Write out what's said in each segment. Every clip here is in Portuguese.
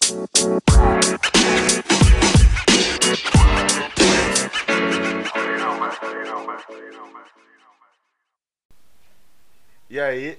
E aí?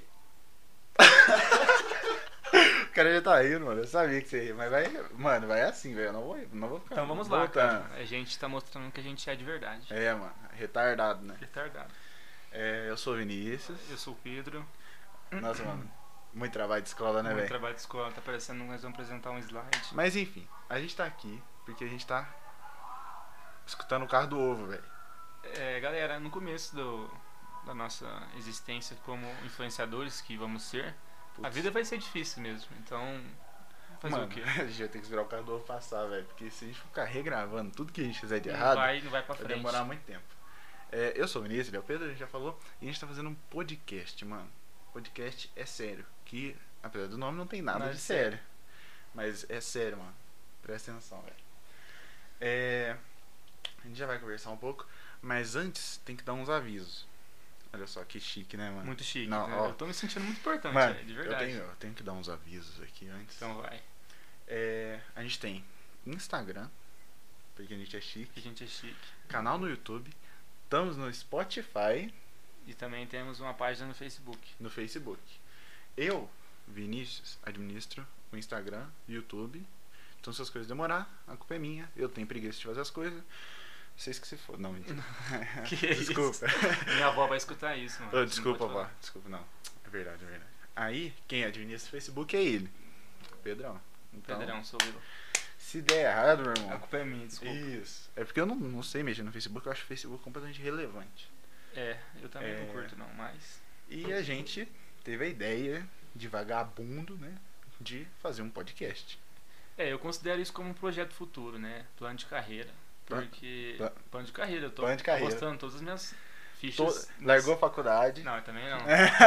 O cara já tá rindo, mano. Eu sabia que você ia, mas vai. Mano, vai assim, velho. Eu não vou ficar. Então vamos lá, cara. A gente tá mostrando que a gente é de verdade. É, mano. Retardado, né? Retardado. Eu sou o Vinícius. Eu sou o Pedro. Nossa, mano. Muito trabalho de escola, né, Muito velho? trabalho de escola. Tá parecendo que nós vamos apresentar um slide. Mas enfim, a gente tá aqui porque a gente tá escutando o carro do ovo, velho. Galera, no começo da nossa existência como influenciadores que vamos ser, Putz. a vida vai ser difícil mesmo. Então, fazer Mano, o quê? a gente vai ter que esperar o carro do ovo passar, velho. Porque se a gente ficar regravando tudo que a gente fizer de Não errado, vai pra vai frente. demorar muito tempo. Eu sou o Vinícius, ele é o Pedro, a gente já falou. E a gente tá fazendo um podcast, mano. Podcast é sério. Que, apesar do nome, não tem nada Nada de de sério. Mas é sério, mano. Presta atenção, velho. A gente já vai conversar um pouco. Mas antes, tem que dar uns avisos. Olha só, que chique, né, mano? Muito chique. Não, Né? ó. Eu tô me sentindo muito importante, Mano, de verdade. eu tenho que dar uns avisos aqui antes. Então vai. A gente tem Instagram, porque a gente é chique. A gente é chique. Canal no YouTube. Estamos no Spotify, E também temos uma página no Facebook. no Facebook. Eu, Vinícius, administro o Instagram, YouTube. Então se as coisas demorar, a culpa é minha. Eu tenho preguiça de fazer as coisas. Vocês que se for. Não, mentira. Que Desculpa. Minha avó vai escutar isso, mano. Ô, Não desculpa, pode vó. falar. Desculpa, não. É verdade, é verdade. Aí, quem administra o Facebook é ele. Pedrão. Então, Pedrão, sou eu. se der errado, meu A irmão. culpa é minha, desculpa. Isso. É porque eu não sei mexer no Facebook. Eu acho o Facebook completamente irrelevante. Eu também não curto não, mas... E a gente teve a ideia de vagabundo, né? De fazer um podcast. Eu considero isso como um projeto futuro, né? Plano de carreira. Porque... Plano de carreira, eu tô Plano de carreira. postando todas as minhas fichas. Largou a faculdade. Não, eu também não.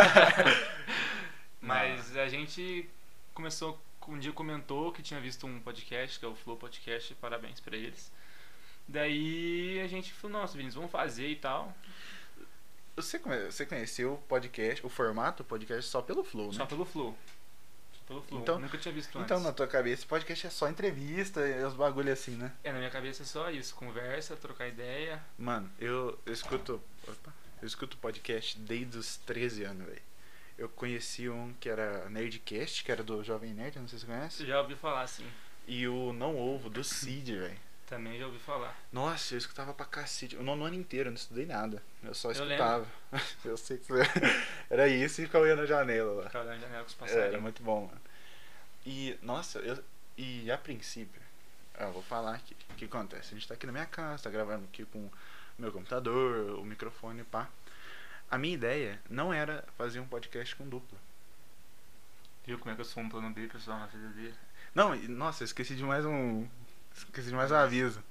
Mas a gente começou... Um dia comentou que tinha visto um podcast, que é o Flow Podcast, parabéns pra eles. Daí a gente falou, nossa, Vinícius, vamos fazer e tal. Você conheceu o podcast, o formato do podcast só pelo Flow, né? Só pelo Flow. Então, Nunca tinha visto antes. Então, na tua cabeça, esse podcast é só entrevista e os bagulho assim, né? Na minha cabeça é só isso, conversa, trocar ideia. Mano, eu escuto podcast desde os 13 anos, velho. Eu conheci um que era Nerdcast, que era do Jovem Nerd, não sei se você conhece. Já ouvi falar, sim. E o Não Ovo, do Cid, velho. Também já ouvi falar. Nossa, eu escutava pra cacete. O nono ano inteiro, eu não estudei nada. Eu só Eu escutava. Eu sei que era isso e ficava olhando na janela lá. Ficava na janela com os Era passarinhos. muito bom, mano. E, nossa, e a princípio, eu vou falar aqui. O que acontece? A gente tá aqui na minha casa, tá gravando aqui com o meu computador, o microfone, pá. A minha ideia não era fazer um podcast com dupla. Viu como é que eu sou um plano B, pessoal, na vida dele? Não, nossa, eu esqueci de mais um aviso.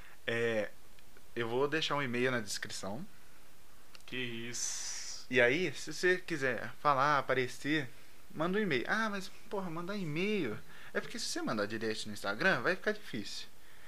Eu vou deixar um e-mail na descrição. Que isso. E aí, se você quiser falar, aparecer, manda um e-mail. Ah, mas, porra, mandar e-mail. É porque se você mandar direto no Instagram, vai ficar difícil.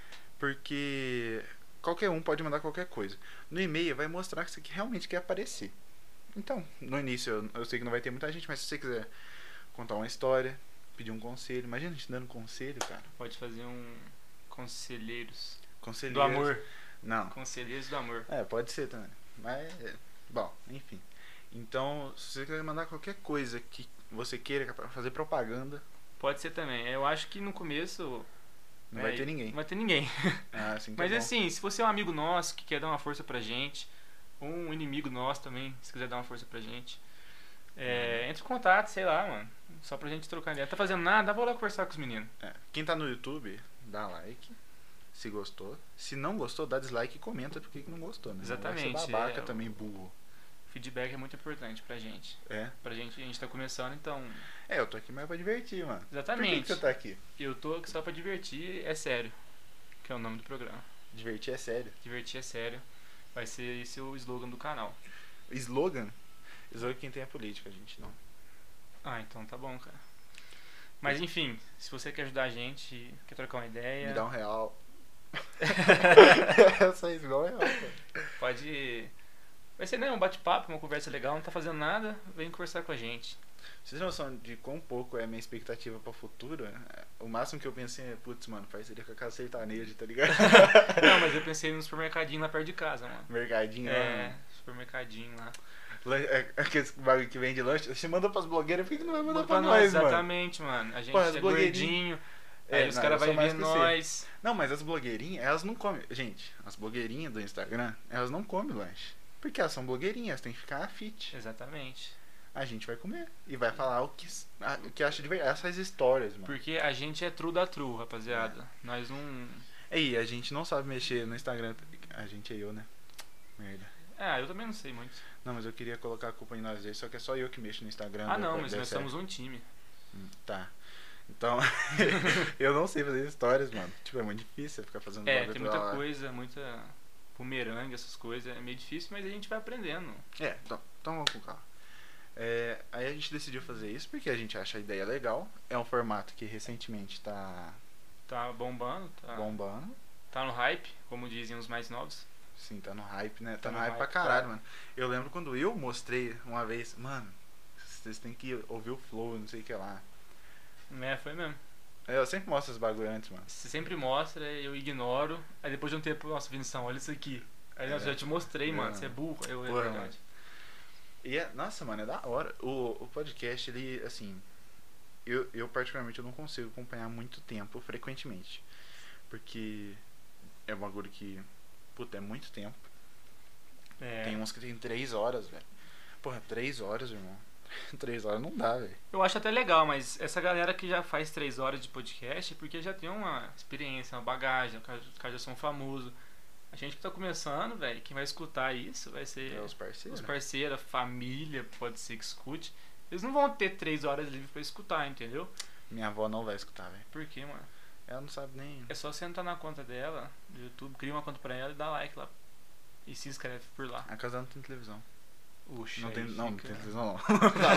Porque qualquer um pode mandar qualquer coisa. No e-mail vai mostrar que você realmente quer aparecer. Então, no início eu sei que não vai ter muita gente, mas se você quiser contar uma história, pedir um conselho, imagina a gente dando conselho, cara. Pode fazer um conselheiros Conselheiros. do amor. Não. Conselheiros do amor. Pode ser também. Mas, bom, enfim. Então, se você quiser mandar qualquer coisa que você queira fazer propaganda, Pode ser também. Eu acho que no começo... não vai ter ninguém. Não vai ter ninguém. Assim que Mas é bom. assim, se você é um amigo nosso que quer dar uma força pra gente, ou um inimigo nosso também, se quiser dar uma força pra gente, entre em contato, sei lá, mano. Só pra gente trocar ideia. Tá fazendo nada? Vou lá conversar com os meninos. Quem tá no YouTube, dá like. Se gostou. Se não gostou, dá dislike e comenta porque que não gostou, né? Exatamente, Não vai ser babaca também, burro. Feedback é muito importante pra gente. Pra gente, a gente tá começando, então... Eu tô aqui mais pra divertir, mano. Exatamente. Por que você tá aqui? Eu tô aqui só pra divertir, é sério. Que é o nome do programa. Divertir é sério. Divertir é sério. Vai ser esse o slogan do canal. Slogan? Slogan quem tem é política, gente não. Então tá bom, cara. Mas enfim, se você quer ajudar a gente, quer trocar uma ideia... Me dá R$1. Só isso, igual R$1, cara. Pode... Vai ser, né, um bate-papo, uma conversa legal, não tá fazendo nada, vem conversar com a gente. Vocês têm noção de quão pouco é a minha expectativa pra futuro? O máximo que eu pensei é, putz, mano, parceria com a casa sertaneja, tá ligado? Não, mas eu pensei no supermercadinho lá perto de casa, mano. Mercadinho lá. É, supermercadinho lá. Aqueles bagulho que vende lanche. Você mandou pras blogueiras, por que não vai mandar Manda pra nós, mano? exatamente, mano. A gente Pô, as é blogueirinhas- gordinho. Aí os não, caras eu sou vão mais ver que você. nós. Não, mas as blogueirinhas, elas não comem. Gente, as blogueirinhas do Instagram, elas não comem lanche. Porque elas são blogueirinhas, elas têm que ficar fit. Exatamente. A gente vai comer. E vai falar o que acha de verdade. Essas histórias, mano. Porque a gente é true da true, rapaziada. Nós não. Aí, a gente não sabe mexer no Instagram. A gente é eu, né? Merda. Ah, eu também não sei muito. Não, mas eu queria colocar a culpa em nós dois, só que é só eu que mexo no Instagram. Ah, do não, Pode mas Dar nós Certo. somos um time. Tá. Então, eu não sei fazer histórias, mano. Tipo, é muito difícil você ficar fazendo É, bagulho tem toda muita hora. coisa, muita bumerangue, essas coisas. É meio difícil, mas a gente vai aprendendo. Então vamos com calma. Aí a gente decidiu fazer isso porque a gente acha a ideia legal. É um formato que recentemente tá Tá bombando, bombando. tá no hype, como dizem os mais novos. Sim, tá no hype, né? Tá Tá no no hype pra hype, caralho, tá. mano. Eu lembro quando eu mostrei uma vez, mano, vocês têm que ouvir o flow, não sei o que lá. É, foi mesmo. Eu sempre mostro os bagulho antes, mano. Você sempre mostra, eu ignoro. Aí depois de um tempo, nossa, Vinição, olha isso aqui. Aí nossa, já te mostrei, mano, Mano. você é burro. Eu, é Porra, verdade. E nossa, mano, é da hora. O podcast, ele, assim, eu particularmente eu não consigo acompanhar muito tempo, frequentemente. Porque é um bagulho que, puta, é muito tempo. É, Tem uns que tem 3 horas, velho. Porra, 3 horas, irmão. 3 horas não dá, velho. eu acho até legal, mas essa galera que já faz 3 horas de podcast é porque já tem uma experiência, uma bagagem, os caras já são famosos. A gente que tá começando, velho, quem vai escutar isso vai ser É os parceiros. os parceiros, a família, pode ser que escute. Eles não vão ter 3 horas livres pra escutar, entendeu? Minha avó não vai escutar, velho. Por quê, mano? Ela não sabe nem. É só você entrar na conta dela, do YouTube, cria uma conta pra ela e dá like lá. E se inscreve por lá. A casa dela não tem televisão. Uxa, Não aí tem, não fica- tem televisão, não.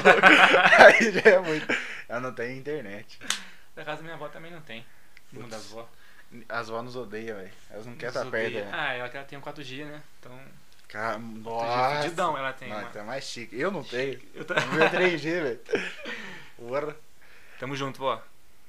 Aí já é muito. Ela não tem internet. Da casa da minha avó também não tem. Uma Putz. das avó. As vó nos odeiam, velho. Elas não querem Nos estar perto, odeia. velho. Ah, ela tem um 4G, né? Então. Cara, 4G nossa. fudidão ela tem, Não, mano. então é mais chique. Eu não tenho. Eu tô... O meu é 3G, velho. Porra. Tamo junto, vó.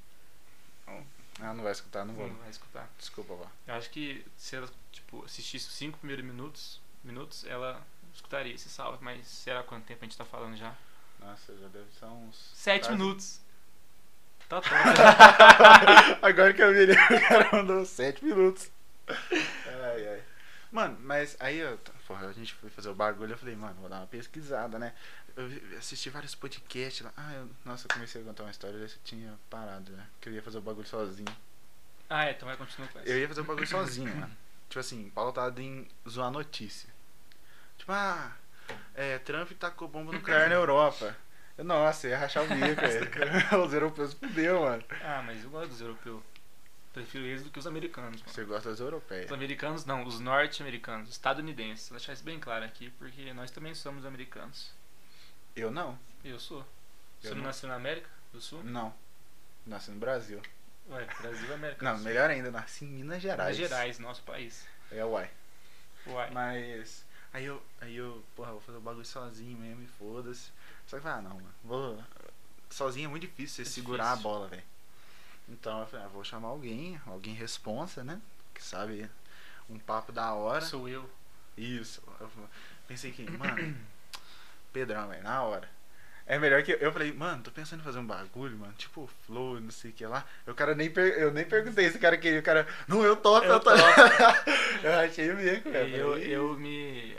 Ah, não vai escutar, não vou. Não vai escutar. Desculpa, vó. Eu acho que se ela, tipo, assistisse os 5 primeiros minutos, ela escutaria esse salve. Mas será quanto tempo a gente tá falando já? Nossa, já deve ser uns. 7 quase- minutos. Tá top. Agora que eu vi, o cara mandou 7 minutos. Ai, ai. Mano, mas aí porra, a gente foi fazer o bagulho, eu falei, mano, vou dar uma pesquisada, né? Eu assisti vários podcasts lá. Nossa, eu comecei a contar uma história, eu tinha parado, né? Que eu ia fazer o bagulho sozinho. Ah, é, então vai continuar com essa. Eu ia fazer o bagulho sozinho, mano. Tipo assim, pautado em zoar notícia. Tipo, Trump tacou bomba nuclear na Europa. Nossa, eu ia rachar o bico, velho. Os europeus fudeu, mano. Ah, mas eu gosto dos europeus. Prefiro eles do que os americanos, mano. Você gosta das europeias. Os americanos não, os norte-americanos, estadunidenses. Vou deixar isso bem claro aqui, porque nós também somos americanos. Eu não. Eu sou. Você Eu não não. nasceu na América do Sul? Não. Nasci no Brasil. Ué, Brasil é América Não, do Sul. melhor ainda, nasci em Minas Gerais. Minas Gerais, nosso país. Uai. Uai. Mas. Aí eu, porra, vou fazer o bagulho sozinho mesmo e foda-se. Só que, não, mano. Sozinho é muito difícil você É segurar difícil. a bola, velho. Então eu falei, vou chamar alguém responsa, né? Que sabe um papo da hora. Sou eu. Isso. Eu pensei que, mano, Pedrão, velho, na hora. É melhor que. Eu falei, mano, tô pensando em fazer um bagulho, mano. Tipo, flow, não sei o que lá. O cara eu nem perguntei se o cara queria. O cara, não, eu topo, eu topo. Eu achei o bico, velho. Eu me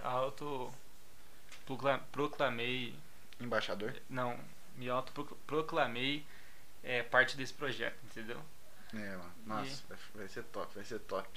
proclamei. Embaixador? Não, me proclamei parte desse projeto, entendeu? Mano. Nossa, vai ser top, vai ser top.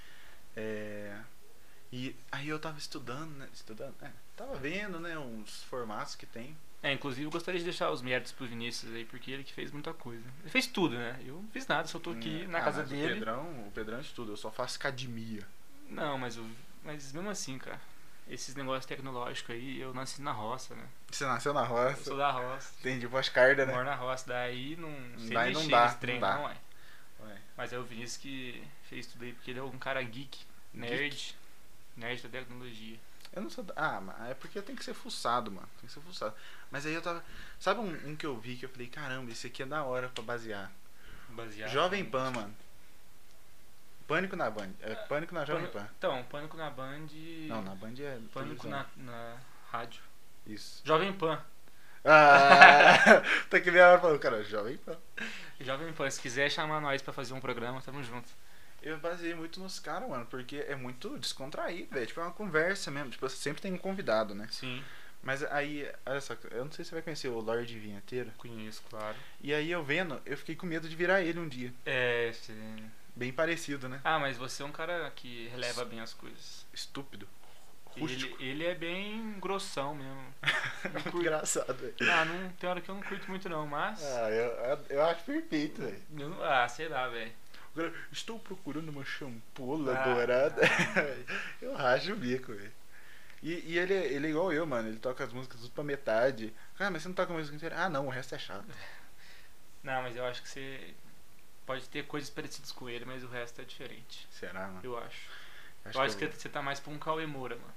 E aí eu tava estudando, né? Tava vendo, né, uns formatos que tem. Inclusive eu gostaria de deixar os méritos pro Vinícius aí, porque ele que fez muita coisa. Ele fez tudo, né? Eu não fiz nada, só tô aqui na casa mas dele. O Pedrão estuda, eu só faço academia. Não, mas mesmo assim, cara, esses negócios tecnológicos aí, eu nasci na roça, né? Você nasceu na Eu roça, sou da roça. tem de Boscarda, né? Moro na roça, daí não sei Daí não mexer dá, nesse trem, não dá. não, ué. Ué. Mas é o Vinícius que fez tudo aí, porque ele é um cara geek, nerd da tecnologia. Eu não sou. Mas é porque tem que ser fuçado, mano. Tem que ser fuçado. Mas aí eu tava. Sabe um que eu vi que eu falei, caramba, esse aqui é da hora pra basear? Baseado. Jovem Pan, mano. Pânico na Band. É Pânico na Jovem Pan. Então, Pânico na Band. Não, na Band é. Pânico televisão. na rádio. Isso. Jovem Pan. Ah, tá que nem a hora falando, cara, Jovem Pan. Jovem Pan, se quiser chamar nós pra fazer um programa, tamo junto. Eu baseei muito nos caras, mano, porque é muito descontraído, velho. Tipo, é uma conversa mesmo. Tipo, sempre tem um convidado, né? Sim, Mas aí, olha só, eu não sei se você vai conhecer o Lorde Vinheteiro. conheço, claro. E aí eu vendo, eu fiquei com medo de virar ele um dia. É, sim. Bem parecido, né? Ah, mas você é um cara que releva bem as coisas. Estúpido. Rústico. Ele é bem grossão mesmo. Não curto- Engraçado, velho. não, tem hora que eu não curto muito não, mas. Eu acho perfeito, velho. Sei lá, velho. Agora, estou procurando uma champola Ah, dourada. Eu racho o bico, velho. E ele é igual eu, mano. Ele toca as músicas tudo pra metade. Ah, mas você não toca a música inteira? Ah, não, o resto é chato. Não, mas eu acho que você pode ter coisas parecidas com ele, mas o resto é diferente. Será, mano? Eu acho. Eu acho que você tá mais pra um Cauê Moura, mano.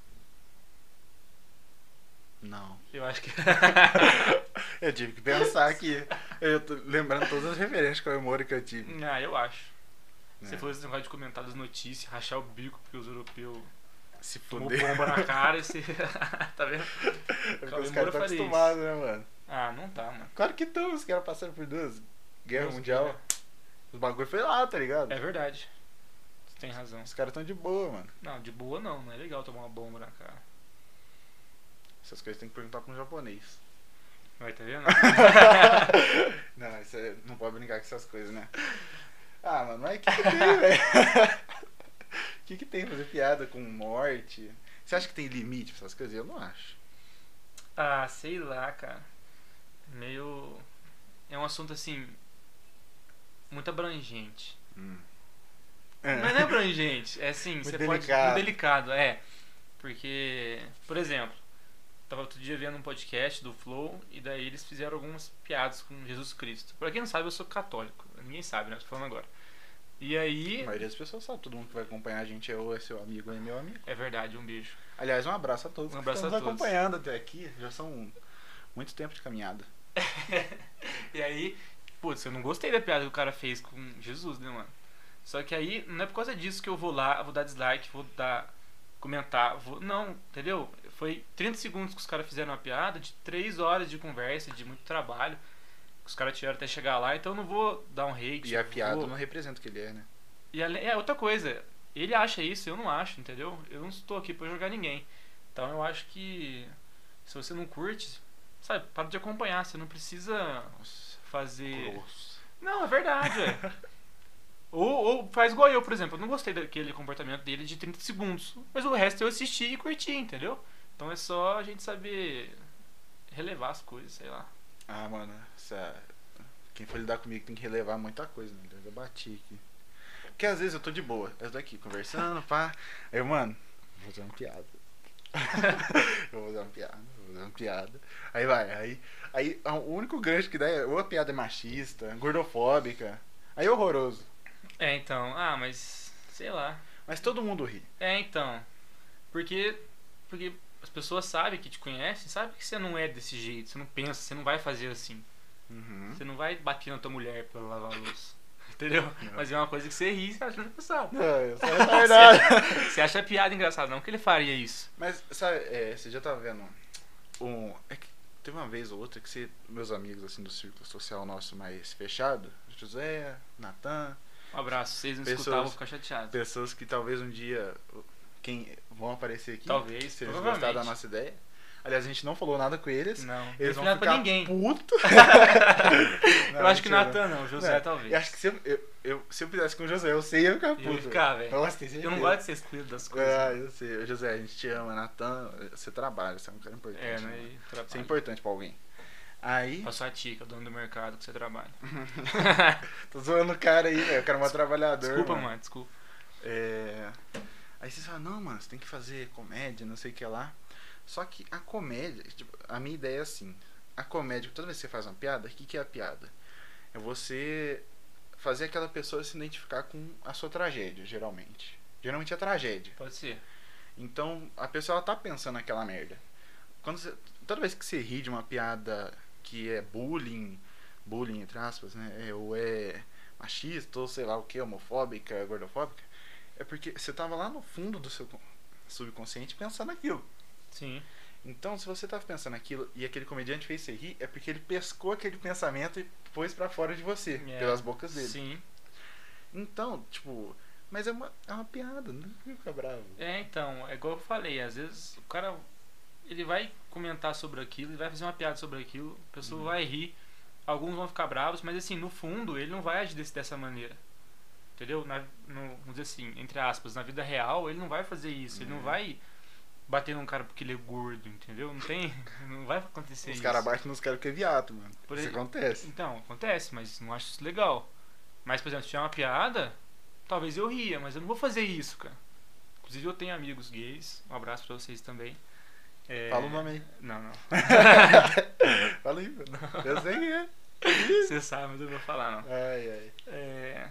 Não. Eu acho que. Eu tive que pensar aqui. Eu tô lembrando todas as referências com a memória que eu tive. Ah, eu acho. Se É. fosse esse negócio de comentar das notícias, rachar o bico porque os europeus Se tomou fuder. bomba na cara e você. Tá vendo? É porque Cauê os caras Moura estão faria acostumados, né, mano? Ah, não tá, mano. Claro que estão, os caras passaram por duas guerras Nossa, mundial. Os bagulho foi lá, tá ligado? É verdade. Você tem razão. Os caras estão de boa, mano. Não, de boa não é legal tomar uma bomba na cara. Essas coisas tem que perguntar pra um japonês. Vai, tá vendo? Não, isso não pode brincar com essas coisas, né? Ah, mano, mas o que tem, velho? O que tem fazer piada com morte? Você acha que tem limite pra essas coisas? Eu não acho. Ah, sei lá, cara. Meio. É um assunto assim. Muito abrangente. Mas não é abrangente, é assim, Muito você delicado. pode. Muito delicado, é. Porque, por exemplo, tava outro dia vendo um podcast do Flow e daí eles fizeram algumas piadas com Jesus Cristo. Pra quem não sabe, eu sou católico. Ninguém sabe, né? Tô falando agora. E aí. A maioria das pessoas sabe, todo mundo que vai acompanhar a gente é seu amigo ou é meu amigo. É verdade, um beijo. Aliás, um abraço a todos Um que abraço estão a nos todos. acompanhando até aqui. Já são muito tempo de caminhada. E aí, putz, eu não gostei da piada que o cara fez com Jesus, né, mano? Só que aí, não é por causa disso que eu vou lá, vou dar dislike, vou dar. Comentar, não, entendeu? Foi 30 segundos que os caras fizeram uma piada de 3 horas de conversa, de muito trabalho. Que os caras tiveram até chegar lá, então eu não vou dar um hate. E a piada vou... não representa o que ele é, né? E é outra coisa, ele acha isso, eu não acho, entendeu? Eu não estou aqui pra jogar ninguém. Então eu acho que se você não curte, sabe, para de acompanhar, você não precisa Nossa, fazer. grosso. Não, é verdade, velho. Ou faz igual eu, por exemplo. Eu não gostei daquele comportamento dele de 30 segundos. Mas o resto eu assisti e curti, entendeu? Então é só a gente saber relevar as coisas, sei lá. Ah, mano, quem for lidar comigo tem que relevar muita coisa, né? Eu bati aqui. Porque às vezes eu tô de boa, eu tô aqui conversando, pá. Aí eu, mano, vou fazer uma piada. Eu vou fazer uma piada. Aí vai, aí o único gancho que dá é ou a piada é machista, gordofóbica. Aí é horroroso. É, então. Ah, mas. Sei lá. Mas todo mundo ri. É, então. Porque as pessoas sabem que te conhecem, sabem que você não é desse jeito, você não pensa, você não vai fazer assim. Uhum. Você não vai bater na tua mulher pra lavar a luz. Entendeu? Não. Mas é uma coisa que você ri e você acha engraçado. Não, eu sou retardado. Você acha piada engraçada, não que ele faria isso. Mas, sabe, você já tava vendo é que teve uma vez ou outra que meus amigos, assim, do círculo social nosso mais fechado, José, Natan, Um abraço, vocês não Pessoas- escutavam, vou ficar chateado. pessoas que talvez um dia vão aparecer aqui, Talvez, se eles provavelmente. gostaram da nossa ideia. Aliás, a gente não falou nada com eles. Não, Eles não vão é pra ficar ninguém. putos. Eu acho que mentira. Natan não, José Não, talvez. Eu acho que se eu fizesse com o José, eu sei eu ia ficar Eu puto. ia ficar, velho. Nossa, tem Eu não certeza. gosto de ser excluído das coisas. Ah, eu sei. José, a gente te ama. Natan, você trabalha, você é um cara importante. É, né? né? E Você é trabalho. importante pra alguém. Aí. Pra sua tia, que é o dono do mercado que você trabalha. Tô zoando o cara aí, velho. O cara é um trabalhador. Desculpa, mano, desculpa. Aí vocês falam, não, mano, você tem que fazer comédia, não sei o que lá. Só que a comédia, tipo, a minha ideia é assim. A comédia, toda vez que você faz uma piada, o que é a piada? É você fazer aquela pessoa se identificar com a sua tragédia, geralmente. Geralmente é tragédia. Pode ser. Então, a pessoa ela tá pensando naquela merda. Toda vez que você ri de uma piada que é bullying entre aspas, né? Ou é machista, ou sei lá o que, homofóbica, gordofóbica, é porque você tava lá no fundo do seu subconsciente pensando naquilo. Sim. Então, se você tava pensando naquilo e aquele comediante fez você rir, é porque ele pescou aquele pensamento e pôs pra fora de você, pelas bocas dele. Sim. Então, tipo, mas é uma piada, não fica bravo. Então, é igual eu falei, às vezes o cara, ele vai comentar sobre aquilo, ele vai fazer uma piada sobre aquilo, a pessoa vai rir, alguns vão ficar bravos, mas assim, no fundo, ele não vai agir dessa maneira. Entendeu? Vamos dizer assim, entre aspas, na vida real, ele não vai fazer isso, ele não vai bater num cara porque ele é gordo, entendeu? Não vai acontecer isso. Os caras batem nos caras porque é viado, mano. Isso acontece. Então, acontece, mas não acho isso legal. Mas, por exemplo, se tiver uma piada, talvez eu ria, mas eu não vou fazer isso, cara. Inclusive eu tenho amigos gays, um abraço pra vocês também. Fala o nome aí. Não. Fala aí, mano. Eu sei que é. Você sabe, mas eu não vou falar, não. Ai.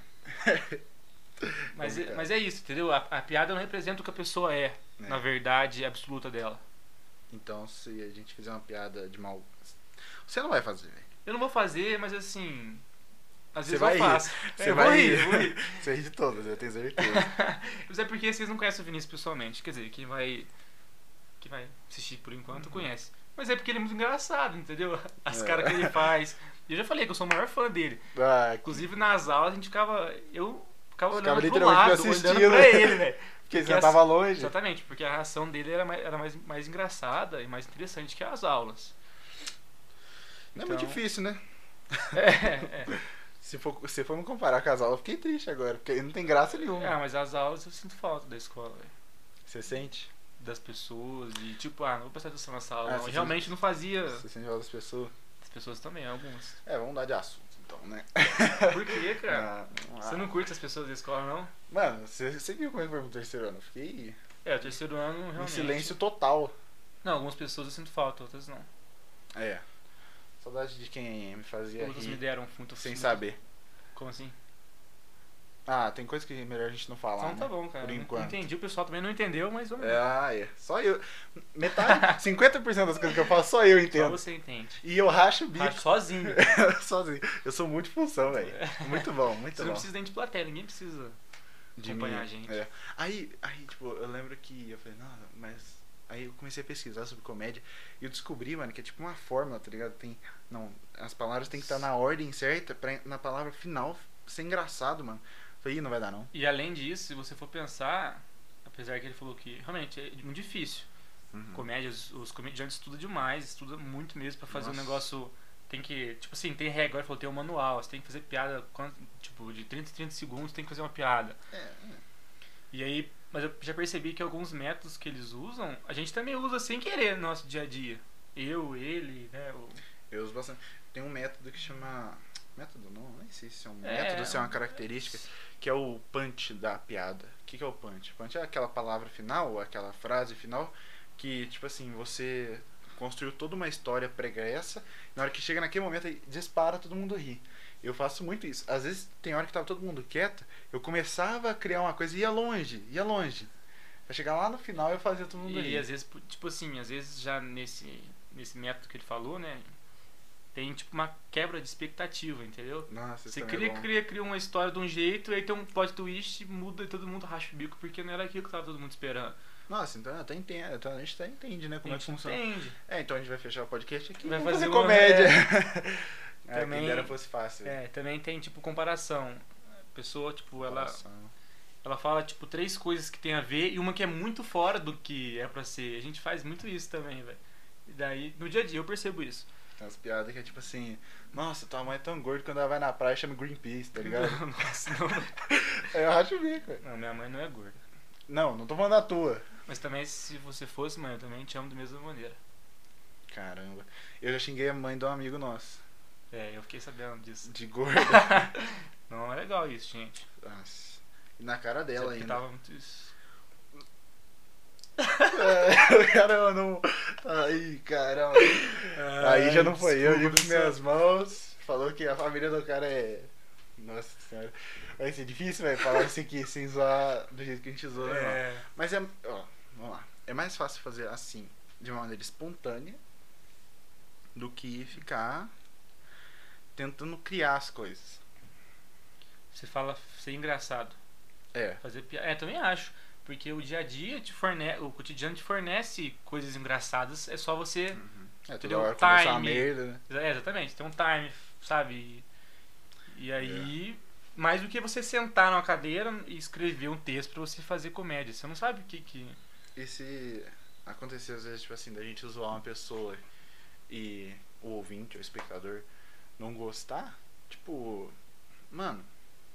Mas é isso, entendeu? A piada não representa o que a pessoa é, na verdade absoluta dela. Então, se a gente fizer uma piada de mal... Você não vai fazer, velho. Eu não vou fazer, mas assim... Às vezes vai eu faço. Você eu vai vou rir. rir. Você ri de todas, eu tenho certeza. Mas é porque vocês não conhecem o Vinícius pessoalmente. Quer dizer, quem vai assistir por enquanto conhece. Mas é porque ele é muito engraçado, entendeu? As caras que ele faz. Eu já falei que eu sou o maior fã dele. Inclusive nas aulas a gente ficava... Eu ficava olhando pro lado, olhando pra ele, velho. Porque você tava longe. Exatamente, porque a reação dele era mais engraçada e mais interessante que as aulas. Não é muito difícil, né? É. Se for me comparar com as aulas, eu fiquei triste agora, porque não tem graça nenhuma. Mas as aulas eu sinto falta da escola, velho. Você sente? Das pessoas, de tipo, não vou prestar atenção nessa aula. Você realmente não fazia. Você sente falta das pessoas? Das pessoas também, algumas. Vamos mudar de assunto então, né? Por quê, cara? Você não curte as pessoas da escola, não? Mano, você viu como é que foi pro terceiro ano? Eu fiquei... O terceiro ano realmente... Em silêncio total. Não, algumas pessoas eu sinto falta, outras não. Saudade de quem me fazia outras rir me deram muito sem saber. Como assim? Tem coisa que é melhor a gente não falar, Então tá bom, cara. Por enquanto. Entendi, o pessoal também não entendeu, mas vamos Só eu. Metade, 50% das coisas que eu falo, só eu entendo. Só você entende. E eu racho o bico. Racho sozinho. Sozinho. Eu sou muito função, velho. Muito bom, muito você bom. não precisa nem de plateia, ninguém precisa acompanhar a gente. Aí, tipo, eu lembro que eu falei, não, mas... Aí eu comecei a pesquisar sobre comédia e eu descobri, mano, que é tipo uma fórmula, tá ligado? As palavras tem que estar na ordem certa pra na palavra final ser engraçado, mano. Falei, não vai dar não. E além disso, se você for pensar, apesar que ele falou que realmente é muito difícil. Comédia, os comediantes estudam muito mesmo pra fazer um negócio. Tem que, tipo assim, tem regra, agora falou, tem um manual, você tem que fazer piada, tipo, de 30 em 30 segundos tem que fazer uma piada. E aí, mas eu já percebi que alguns métodos que eles usam, a gente também usa sem querer no nosso dia a dia. Ele, né? Eu uso bastante. Tem um método que chama... Método não, nem sei se é um método, se é uma característica, que é o punch da piada. O que é o punch? Punch é aquela palavra final, aquela frase final, que, tipo assim, você construiu toda uma história pregressa, na hora que chega naquele momento, aí dispara, todo mundo ri. Eu faço muito isso. Às vezes, tem hora que tava todo mundo quieto, eu começava a criar uma coisa e ia longe. Pra chegar lá no final, eu fazia todo mundo rir. E às vezes, tipo assim, às vezes já nesse método que ele falou, né, tem tipo uma quebra de expectativa, entendeu? Nossa, você cria uma história de um jeito, aí tem um plot twist, muda e todo mundo racha o bico, porque não era aquilo que tava todo mundo esperando. Nossa, então a gente até entende, né, como é que funciona. Entende. Então a gente vai fechar o podcast aqui. Vai fazer comédia. Também, quem dera fosse fácil. Também tem tipo comparação. A pessoa, tipo, ela fala tipo 3 coisas que tem a ver e uma que é muito fora do que é pra ser. A gente faz muito isso também, velho. E daí, no dia a dia eu percebo isso. Tem umas piadas que é tipo assim, nossa, tua mãe é tão gorda, quando ela vai na praia chama Greenpeace, tá ligado? Nossa, não. Eu acho bico, velho. Não, minha mãe não é gorda. Não tô falando da tua. Mas também, se você fosse, mãe, eu também te amo da mesma maneira. Caramba. Eu já xinguei a mãe de um amigo nosso. Eu fiquei sabendo disso. De gorda. Não é legal isso, gente. Nossa. E na cara dela ainda. Tava muito isso. Caramba, não. Aí, caramba. Aí já não foi eu, limpo minhas mãos. Falou que a família do cara é. Nossa senhora. Vai ser difícil, velho, falar isso aqui sem zoar do jeito que a gente zoa, né? Mas vamos lá. É mais fácil fazer assim, de uma maneira espontânea, do que ficar tentando criar as coisas. Você fala ser engraçado. É. Fazer piada. Também acho. Porque o dia a dia o cotidiano te fornece coisas engraçadas. É só você. É, toda Entendeu? hora conversar uma Time. merda, né? Exatamente. Tem um time, sabe? E aí. Mais do que você sentar numa cadeira e escrever um texto pra você fazer comédia. Você não sabe o que. E se acontecer às vezes, tipo assim, da gente zoar uma pessoa e o ouvinte, o espectador, não gostar, tipo, mano,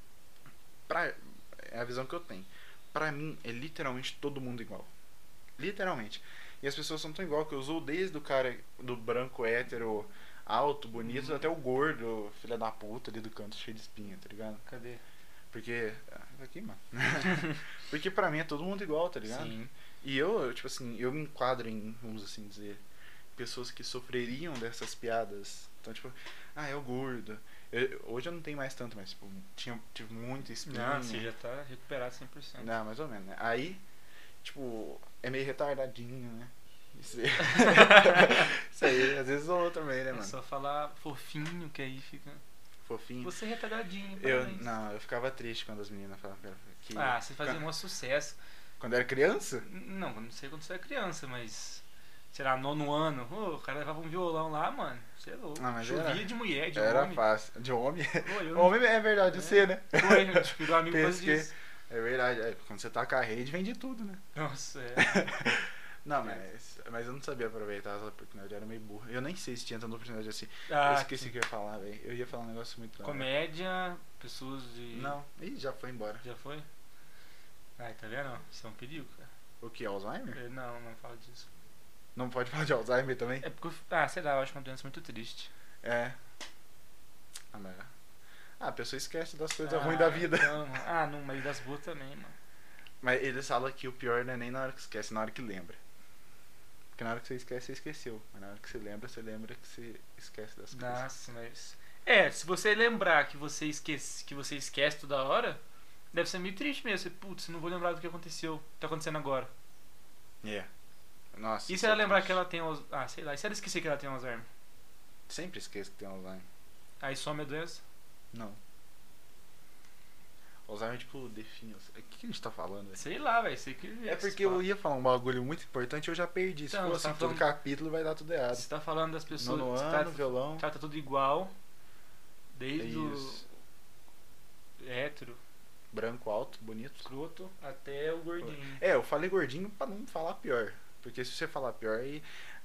é a visão que eu tenho. Pra mim, é literalmente todo mundo igual. Literalmente. E as pessoas são tão igual que eu zoo desde o cara do branco hétero, alto, bonito, até o gordo, filha da puta ali do canto, cheio de espinha, tá ligado? Cadê? Porque. Aqui, mano. Porque pra mim é todo mundo igual, tá ligado? Sim. E eu, tipo assim, eu me enquadro em, vamos assim dizer, pessoas que sofreriam dessas piadas. Então, tipo, é o gordo. Hoje eu não tenho mais tanto, mas, tipo, tive muita espinha. Não, você já tá recuperado 100%. Não, mais ou menos, né? Aí, tipo, é meio retardadinho, né? Isso aí, isso aí às vezes zoou também, né, É mano? só falar fofinho que aí fica. Fofinho. Você é retardadinho, Eu, parabéns. não, eu ficava triste quando as meninas falavam que... Você fazia um sucesso. Quando eu era criança? Não sei quando você era criança, mas. Sei lá, 9º ano. O cara levava um violão lá, mano. Você é louco. Ah, mas Chovia de mulher, de era homem. fácil. De homem? Pô, eu Homem é verdade, você, né? Foi, eu tive um amigo por causa Pesquei. disso. É verdade. Quando você taca a rede, vende tudo, né? Nossa, é. Não, mas eu não sabia aproveitar essa oportunidade, eu era meio burro. Eu nem sei se tinha tanta oportunidade assim. Eu Ah, esqueci o que eu ia falar, velho. Eu ia falar um negócio muito... comédia, pessoas de. Não, ih, já foi embora. Já foi? Ai, tá vendo? Isso é um perigo, cara. O que, Alzheimer? Não fala disso. Não pode falar de Alzheimer também? É porque, sei lá, eu acho uma doença muito triste. É. Mas... a pessoa esquece das coisas ruins da vida. Então, no meio das boas também, mano. Mas eles falam que o pior não é nem na hora que esquece, na hora que lembra. Porque na hora que você esquece, você esqueceu. Mas na hora que você lembra que você esquece das coisas. Nossa, mas. Se você lembrar que você esquece toda hora, deve ser meio triste mesmo. Você, putz, não vou lembrar do que aconteceu, tá acontecendo agora. Nossa. E se ela lembrar que ela tem sei lá, e se ela esquecer que ela tem Alzheimer? Sempre esqueço que tem Alzheimer. Aí some a doença? Não. Alzheimer, tipo, define. O que a gente tá falando? Sei lá, velho. Sei que. É porque eu ia falar um bagulho muito importante e eu já perdi. Se Então, for você assim, tá todo falando- capítulo vai dar tudo errado. Você tá falando das pessoas. Nono Você ano, violão. trata tudo igual. É Desde isso. o hétero, Branco, alto, bonito. escroto, até o gordinho. Eu falei gordinho pra não falar pior. Porque se você falar pior aí.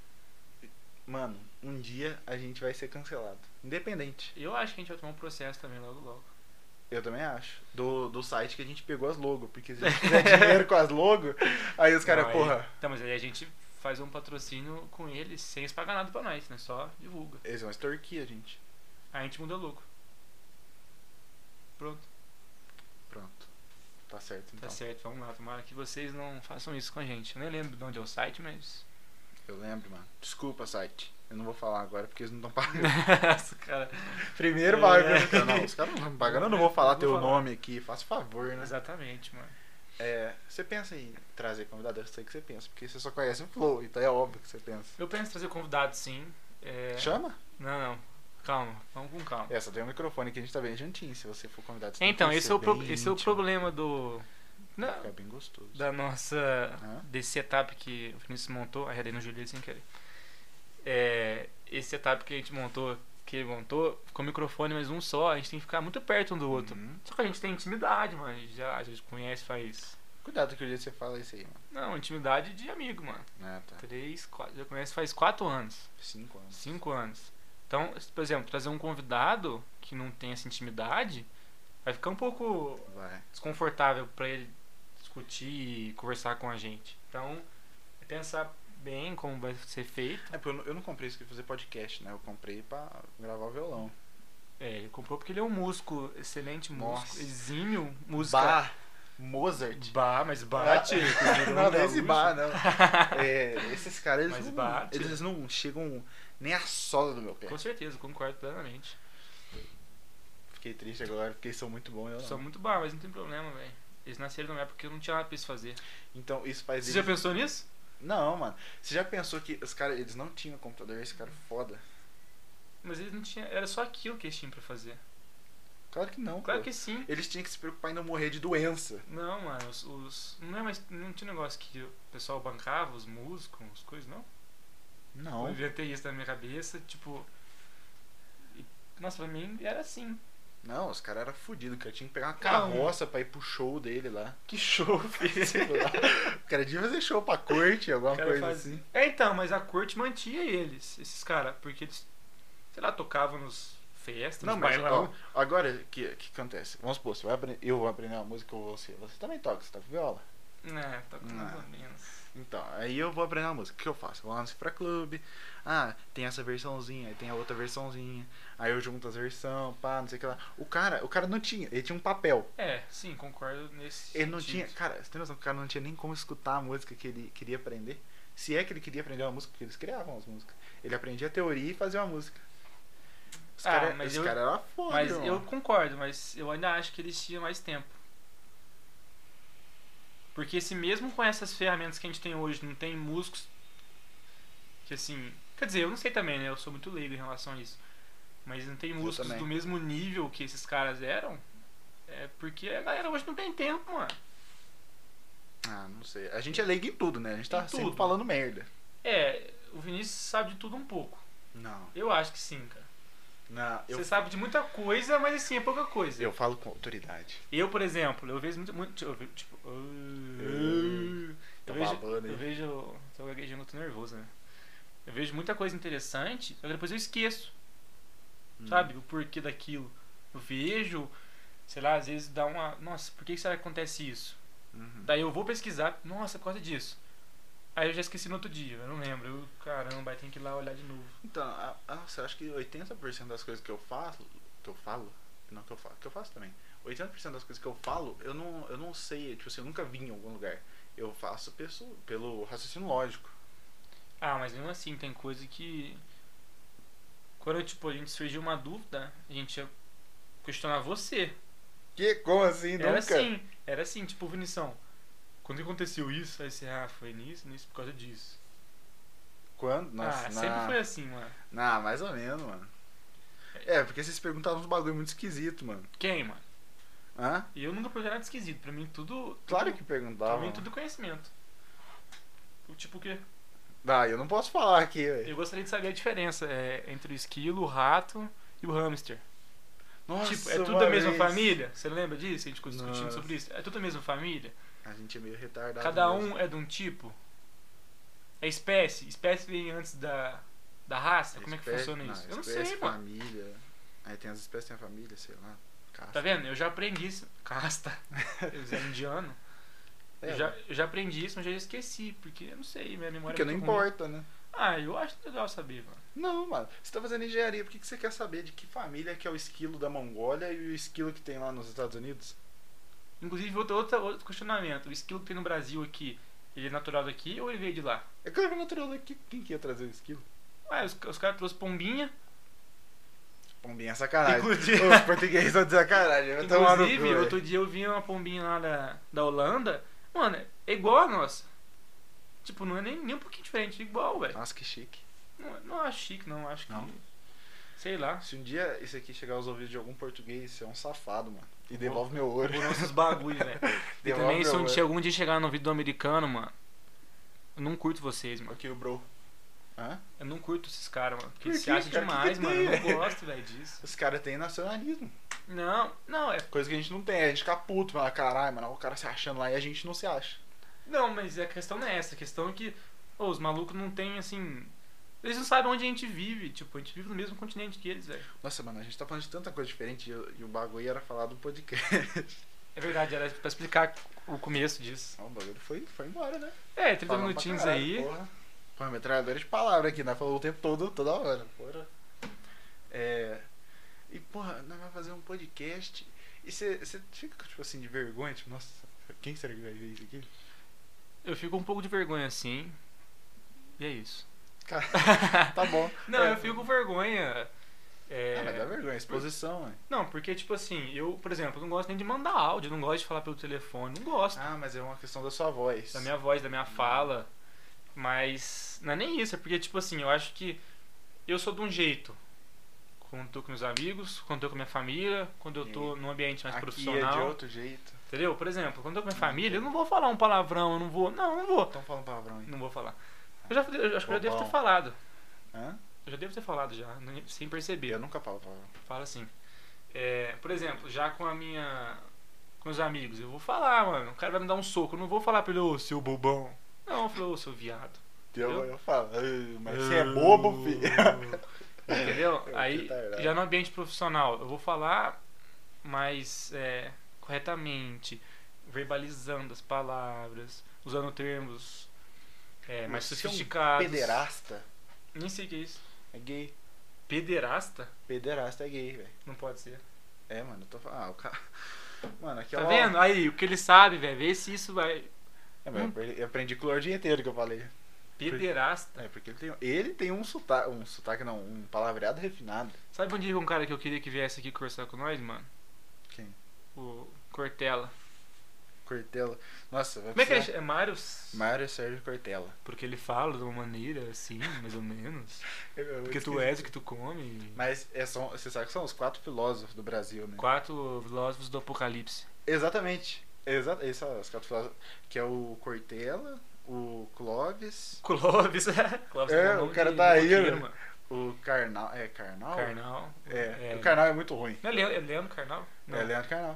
Mano, um dia a gente vai ser cancelado. Independente. Eu acho que a gente vai tomar um processo também logo logo. Eu também acho. Do site que a gente pegou as logos. Porque se a gente fizer dinheiro com as logos, aí os caras, Não, porra. Então, mas aí a gente faz um patrocínio com eles sem eles pagar nada pra nós, né? Só divulga. Eles vão extorquir a gente. Aí a gente muda logo. Pronto, Pronto. Tá certo então. tá certo, vamos lá. Tomara que vocês não façam isso com a gente. Eu nem lembro de onde é o site, mas. Eu lembro, mano. Desculpa, site. Eu não vou falar agora porque eles não estão pagando. Nossa, cara. Primeiro bagulho. Não, os caras não estão pagando. Eu não vou falar Não teu vou falar. nome aqui. Faça favor, né? Exatamente, mano. Você pensa em trazer convidado? Eu sei que você pensa. Porque você só conhece o Flow. Então é óbvio que você pensa. Eu penso em trazer convidado, sim. Chama? Não. Calma, vamos com calma. Só tem um microfone que a gente tá bem juntinho. Se você for convidado, você tem Então, que esse ser é o bem esse é o íntimo. problema do. Vai ficar bem gostoso. Da nossa. Hã? Desse setup que o Vinícius montou. Arredei no Juliette sem querer. Esse setup que ele montou, ficou microfone, mas um só. A gente tem que ficar muito perto um do outro. Uhum. Só que a gente tem intimidade, mano. A gente conhece faz. Cuidado que o dia você fala isso aí, mano. Não, intimidade de amigo, mano. Tá. 3, 4. Já conhece faz 4 anos. 5 anos. 5 anos. Então, por exemplo, trazer um convidado que não tem essa intimidade vai ficar um pouco Vai. desconfortável pra ele discutir e conversar com a gente. Então, é pensar bem como vai ser feito. Porque eu não comprei isso aqui pra fazer podcast, né? Eu comprei pra gravar o violão. Ele comprou porque ele é um músico, excelente músico, Nossa. exímio, música. Bah! Mozart. Mas bate. Não, não é esse bar, não. Esses caras, Mas eles bate. eles não chegam nem a sola do meu pé. Com certeza, concordo plenamente. Fiquei triste agora, porque eles são muito bons. Eu São não. muito bons, mas não tem problema, velho. Eles nasceram numa época que não tinha nada pra eles fazer. Então, isso faz Você já pensou nisso? Não, mano. Você já pensou que os caras, eles não tinham computador, esse cara é foda? Mas eles não tinham. Era só aquilo que eles tinham pra fazer. Claro que não, Claro pô. que sim. Eles tinham que se preocupar em não morrer de doença. Não, mano, não é mais. Não tinha negócio que o pessoal bancava, os músicos, as coisas, não? Eu Não. inventei isso na minha cabeça, tipo. Nossa, pra mim era assim. Não, os caras eram fodidos, cara. Tinha que pegar uma carroça pra ir pro show dele lá. Que show, filho. Sei lá. O cara devia fazer show pra corte, alguma Cara coisa fazia. assim. É, então, mas a corte mantinha eles, esses caras, porque eles, sei lá, tocavam nos festas, Não, nos mas bailão. ó, agora que acontece? Vamos supor, eu vou aprender uma música ou você. Você também toca, você toca viola. É, toca mais ou menos. Então, aí eu vou aprender uma música. O que eu faço? Eu vou lá no Cifra Club. Ah, tem essa versãozinha, aí tem a outra versãozinha. Aí eu junto as versões, pá, não sei o que lá. O cara não tinha, ele tinha um papel. É, sim, concordo nesse Ele não sentido. tinha, cara, você tem noção que o cara não tinha nem como escutar a música que ele queria aprender? Se é que ele queria aprender uma música, porque eles criavam as músicas. Ele aprendia a teoria e fazia uma música. Os mas cara era foda, Mas irmão. eu concordo, mas eu ainda acho que eles tinham mais tempo. Porque se mesmo com essas ferramentas que a gente tem hoje, não tem músicos que assim... Quer dizer, eu não sei também, né? Eu sou muito leigo em relação a isso. Mas não tem músicos também. do mesmo nível que esses caras eram. É porque a galera hoje não tem tempo, mano. Ah, não sei. A gente é leigo em tudo, né? A gente tá Em sempre tudo. falando merda. É, o Vinícius sabe de tudo um pouco. Não. Eu acho que sim, cara. Não, Você sabe de muita coisa, mas assim, é pouca coisa. eu falo com autoridade. Eu, por exemplo, eu vejo muito eu vejo, tipo... Tô Eu vejo, babando aí. eu vejo... Tô gaguejando, eu tô nervoso, né? Eu vejo muita coisa interessante, só que depois eu esqueço, sabe? O porquê daquilo. Eu vejo, sei lá, às vezes dá uma... Nossa, por que será que acontece isso? Uhum. Daí eu vou pesquisar, nossa, por causa disso. Aí eu já esqueci no outro dia, eu não lembro. Eu, caramba, aí tem que ir lá olhar de novo. Então, nossa, eu acho que 80% das coisas que eu falo, não que eu falo, que eu faço também. 80% das coisas que eu falo, eu não sei, tipo assim, eu nunca vi em algum lugar. Eu faço pelo raciocínio lógico. Ah, mas mesmo assim, tem coisa que... Quando, tipo, a gente surgiu uma dúvida, a gente ia questionar você. Que? Como assim? Era assim, tipo, Vinição. Quando aconteceu isso, aí você, foi nisso, por causa disso. Quando? Nossa, sempre foi assim, mano. Não, mais ou menos, mano. É, porque vocês perguntavam uns bagulho muito esquisito, mano. Quem, mano? Hã? E eu nunca perguntei nada esquisito. Pra mim, tudo... Claro que Pra perguntavam. mim, tudo é conhecimento. Tipo o quê? Ah, eu não posso falar aqui, velho. Eu gostaria de saber a diferença entre o esquilo, o rato e o hamster. Nossa, Tipo, é tudo uma da mesma vez. família? Você lembra disso? A gente ficou discutindo Nossa. sobre isso. É tudo da mesma família? A gente é meio retardado. Cada mesmo. um é de um tipo? É espécie? Espécie vem antes da raça? Como é que funciona isso? Eu não sei, mano. Família. Aí tem as espécies, tem a família, sei lá. Casta. Tá vendo? Eu já aprendi isso. Casta. Eu é indiano. É, Eu já aprendi isso, mas já esqueci. Porque eu não sei, minha memória porque é não muito ruim. importa, né? Ah, eu acho legal saber, mano. Não, mano. Você tá fazendo engenharia, por que você quer saber de que família que é o esquilo da Mongólia e o esquilo que tem lá nos Estados Unidos? Inclusive, outro questionamento. O esquilo que tem no Brasil aqui, ele é natural daqui ou ele veio de lá? É claro que é natural daqui. Quem que ia trazer o esquilo? Ué, os caras trouxeram pombinha. Pombinha é sacanagem. Inclusive- Os portugueses estão de sacanagem. Vai tomar no cu, Inclusive, velho. outro dia eu vi uma pombinha lá da Holanda. Mano, é igual a nossa. Tipo, não é nem um pouquinho diferente, é igual, velho. Nossa, que chique. Não acho chique, não. Acho que. Não? Sei lá. Se um dia isso aqui chegar aos ouvidos de algum português, você é um safado, mano. E devolve meu ouro. Por nossos bagulhos, velho. E Devolve também, meu se ouro. algum dia chegar no vídeo do americano, mano. Eu não curto vocês, mano. Ok, o bro. Hã? Eu não curto esses caras, mano. Porque Por eles se quê, acham cara? demais, Que mano. Eu tem? não gosto, velho, disso. Os caras têm nacionalismo. Não, é. Coisa que a gente não tem. A gente fica puto, fala, caralho, mano, o cara se achando lá e a gente não se acha. Não, mas a questão não é essa. A questão é que os malucos não tem, assim... Eles não sabem onde a gente vive. Tipo, a gente vive no mesmo continente que eles, velho. Nossa, mano, a gente tá falando de tanta coisa diferente e o bagulho era falar do podcast. É verdade, era pra explicar o começo disso. O bagulho foi embora, né? 30 Falando minutinhos pra caralho, aí. Porra. Pô, metralhadora de palavra aqui, né? Falou o tempo todo, toda hora. Porra. E, porra, nós vamos fazer um podcast. E você fica, tipo assim, de vergonha? Tipo, nossa, quem será que vai ver isso aqui? Eu fico um pouco de vergonha, assim. E é isso. Cara, tá bom. Não, eu fico com vergonha. Ah, mas dá vergonha, exposição, ué. Não, porque, tipo assim, eu, por exemplo, não gosto nem de mandar áudio, não gosto de falar pelo telefone, não gosto. Ah, mas é uma questão da sua voz. Da minha voz, da minha fala. Mas não é nem isso, é porque, tipo assim, eu acho que eu sou de um jeito quando tô com meus amigos, quando tô com minha família, quando eu tô num ambiente mais Aqui profissional. é de outro jeito. Entendeu? Por exemplo, quando eu tô com minha família, eu não vou falar um palavrão, eu não vou. Não, não vou. Então fala um palavrão aí. Não vou falar. Eu acho que eu já devo ter Bobão. falado. Hã? Eu já devo ter falado já, sem perceber. Eu nunca falo palavrão. Fala assim. Por exemplo, já com a minha. Com os amigos, eu vou falar, mano. O cara vai me dar um soco. Eu não vou falar pra ele, ô seu bobão. Não, eu falo, ô seu viado. Eu falo, mas você é bobo, filho. Entendeu? Eu Aí, retardado. já no ambiente profissional, eu vou falar mais corretamente, verbalizando as palavras, usando termos mais Você sofisticados. É um pederasta Nem sei o que é isso. é gay. Pederasta? Pederasta é gay, velho. Não pode ser. É, mano, eu tô falando. Ah, o cara. Mano, aqui Tá ó. vendo? Aí, o que ele sabe, velho. Vê se isso vai. É, mas eu aprendi com o dia inteiro que eu falei. Pederasta. É, porque ele tem um sotaque não, um palavreado refinado. Sabe onde um cara que eu queria que viesse aqui conversar com nós, mano? Quem? O Cortella. Cortella. Nossa, vai Como é que ele precisar. chama? É Mário? Mário Sérgio Cortella. Porque ele fala de uma maneira assim, mais ou menos. Porque tu és o que tu come. Mas você sabe que são os 4 filósofos do Brasil, né? 4 filósofos do Apocalipse. Exatamente. Esses são os 4 filósofos. Que é o Cortella, o Clóvis, Clóvis, Clóvis É, é um o nome cara de tá aí, roqueiro, né? mano. o Karnal. É Karnal? Carnal. É, o Karnal é muito ruim. Não é Leandro Carnal? Não. É Leandro Karnal.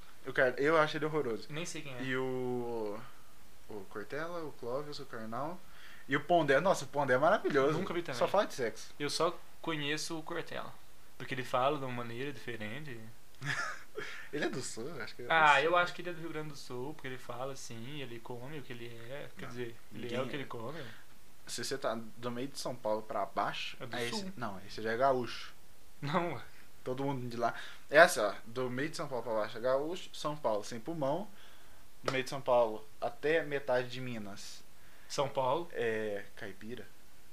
Eu acho ele horroroso. Nem sei quem é. E o Cortella, o Clóvis, o Karnal. E o Pondé. Nossa, o Pondé é maravilhoso. Nunca vi também. Só fala de sexo. Eu só conheço o Cortella. Porque ele fala de uma maneira diferente. Ele é do Sul, acho que é do Ah, Sul. eu acho que ele é do Rio Grande do Sul, porque ele fala assim, ele come o que ele é. Quer dizer, ele ninguém é o que é. ele come. Se você tá do meio de São Paulo pra baixo, É do aí Sul. não, aí você já é gaúcho. Não, Todo mundo de lá. É assim, ó, do meio de São Paulo pra baixo é gaúcho, São Paulo sem pulmão, do meio de São Paulo até metade de Minas São Paulo. é caipira.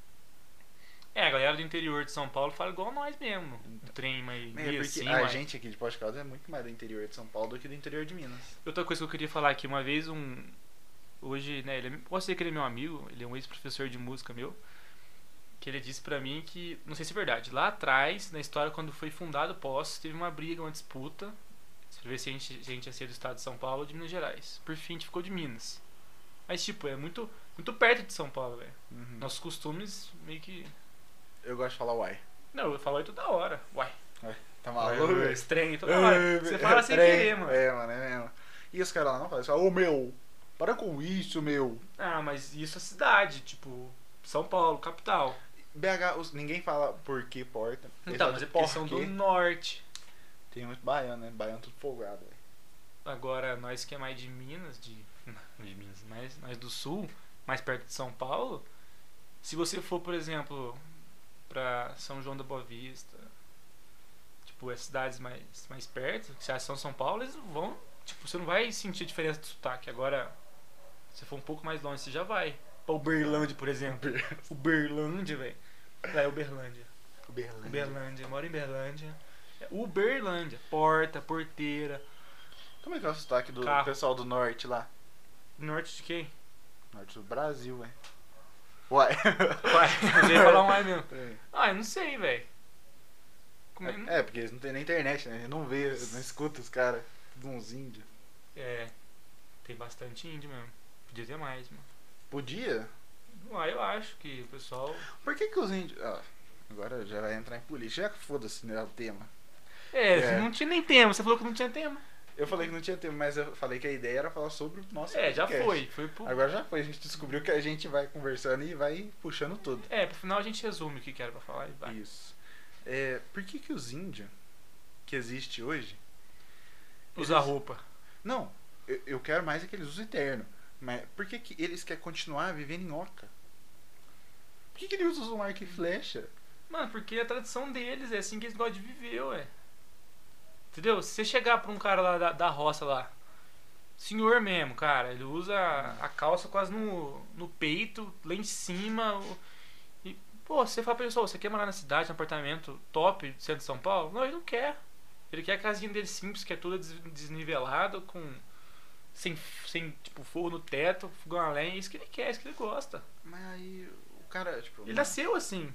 A galera do interior de São Paulo fala igual nós mesmo. Um trem mais É meio porque assim, a mas... gente aqui de Poços de Caldas é muito mais do interior de São Paulo do que do interior de Minas. Outra coisa que eu queria falar aqui, uma vez hoje, né, posso dizer que ele é meu amigo, ele é um ex-professor de música meu, que ele disse pra mim que, não sei se é verdade, lá atrás, na história, quando foi fundado o Poços, teve uma briga, uma disputa, pra ver se a gente ia ser do estado de São Paulo ou de Minas Gerais. Por fim, a gente ficou de Minas. Mas, tipo, é muito, muito perto de São Paulo, velho. Uhum. Nossos costumes meio que... Eu gosto de falar uai. Não, eu falo aí toda hora. Uai. Tá Uai, maluco? estranho toda hora. Você fala sem Trem. querer, mano. É, mano, é mesmo. E os caras lá não falam isso. Ô meu, para com isso, meu. Ah, mas isso é cidade, tipo, São Paulo, capital. BH, ninguém fala por que porta. Eles Então, falam mas é de porque são do porquê. norte. Tem muito baiano, né? Baiano tudo folgado, velho. Agora, nós que é mais de Minas, de Minas, mais do sul, mais perto de São Paulo, se você for, por exemplo, pra São João da Boa Vista, tipo, as cidades mais perto, que são São Paulo, eles vão, tipo, você não vai sentir diferença de sotaque. Agora, se for um pouco mais longe, você já vai. Pra Uberlândia, por exemplo. Uberlândia, velho. É Uberlândia. Uberlândia, eu moro em Uberlândia. Uberlândia, porta, porteira. Como é que é o sotaque do Carro. pessoal do norte lá? Norte de quem? Norte do Brasil, velho. Uai. Uai, você ia falar um ai mesmo. É. Ah, eu não sei, velho. É, porque eles não tem nem internet, né? Não vê, não escuta os caras. Tudo uns índios. Tem bastante índio mesmo. Podia ter mais, mano. Podia? Eu acho que o pessoal... Por que os índios... Ah, agora já vai entrar em política. Já foda-se, né, o tema. Não tinha nem tema. Você falou que não tinha tema. Eu falei que não tinha tema, mas eu falei que a ideia era falar sobre o nosso Já podcast. foi. Foi pro... Agora já foi, a gente descobriu que a gente vai conversando e vai puxando tudo. Pro final a gente resume o que era pra falar e vai. Isso. Por que os índios que existe hoje... Usar roupa. Não, eu quero mais é que eles usem terno. Mas por que eles querem continuar vivendo em oca? Por que eles usam arco e flecha? Mano, porque é a tradição deles, é assim que eles gostam de viver, ué. Entendeu? Se você chegar pra um cara lá da roça lá, senhor mesmo, cara, ele usa a calça quase no peito, lá em cima, e Pô, você fala pra ele, você quer morar na cidade, num apartamento top, centro de São Paulo? Não, ele não quer. Ele quer a casinha dele simples, que é toda desnivelada, sem, tipo, forro no teto, fogão a lenha. É isso que ele quer, é isso que ele gosta. Mas aí o cara, tipo. Ele nasceu assim.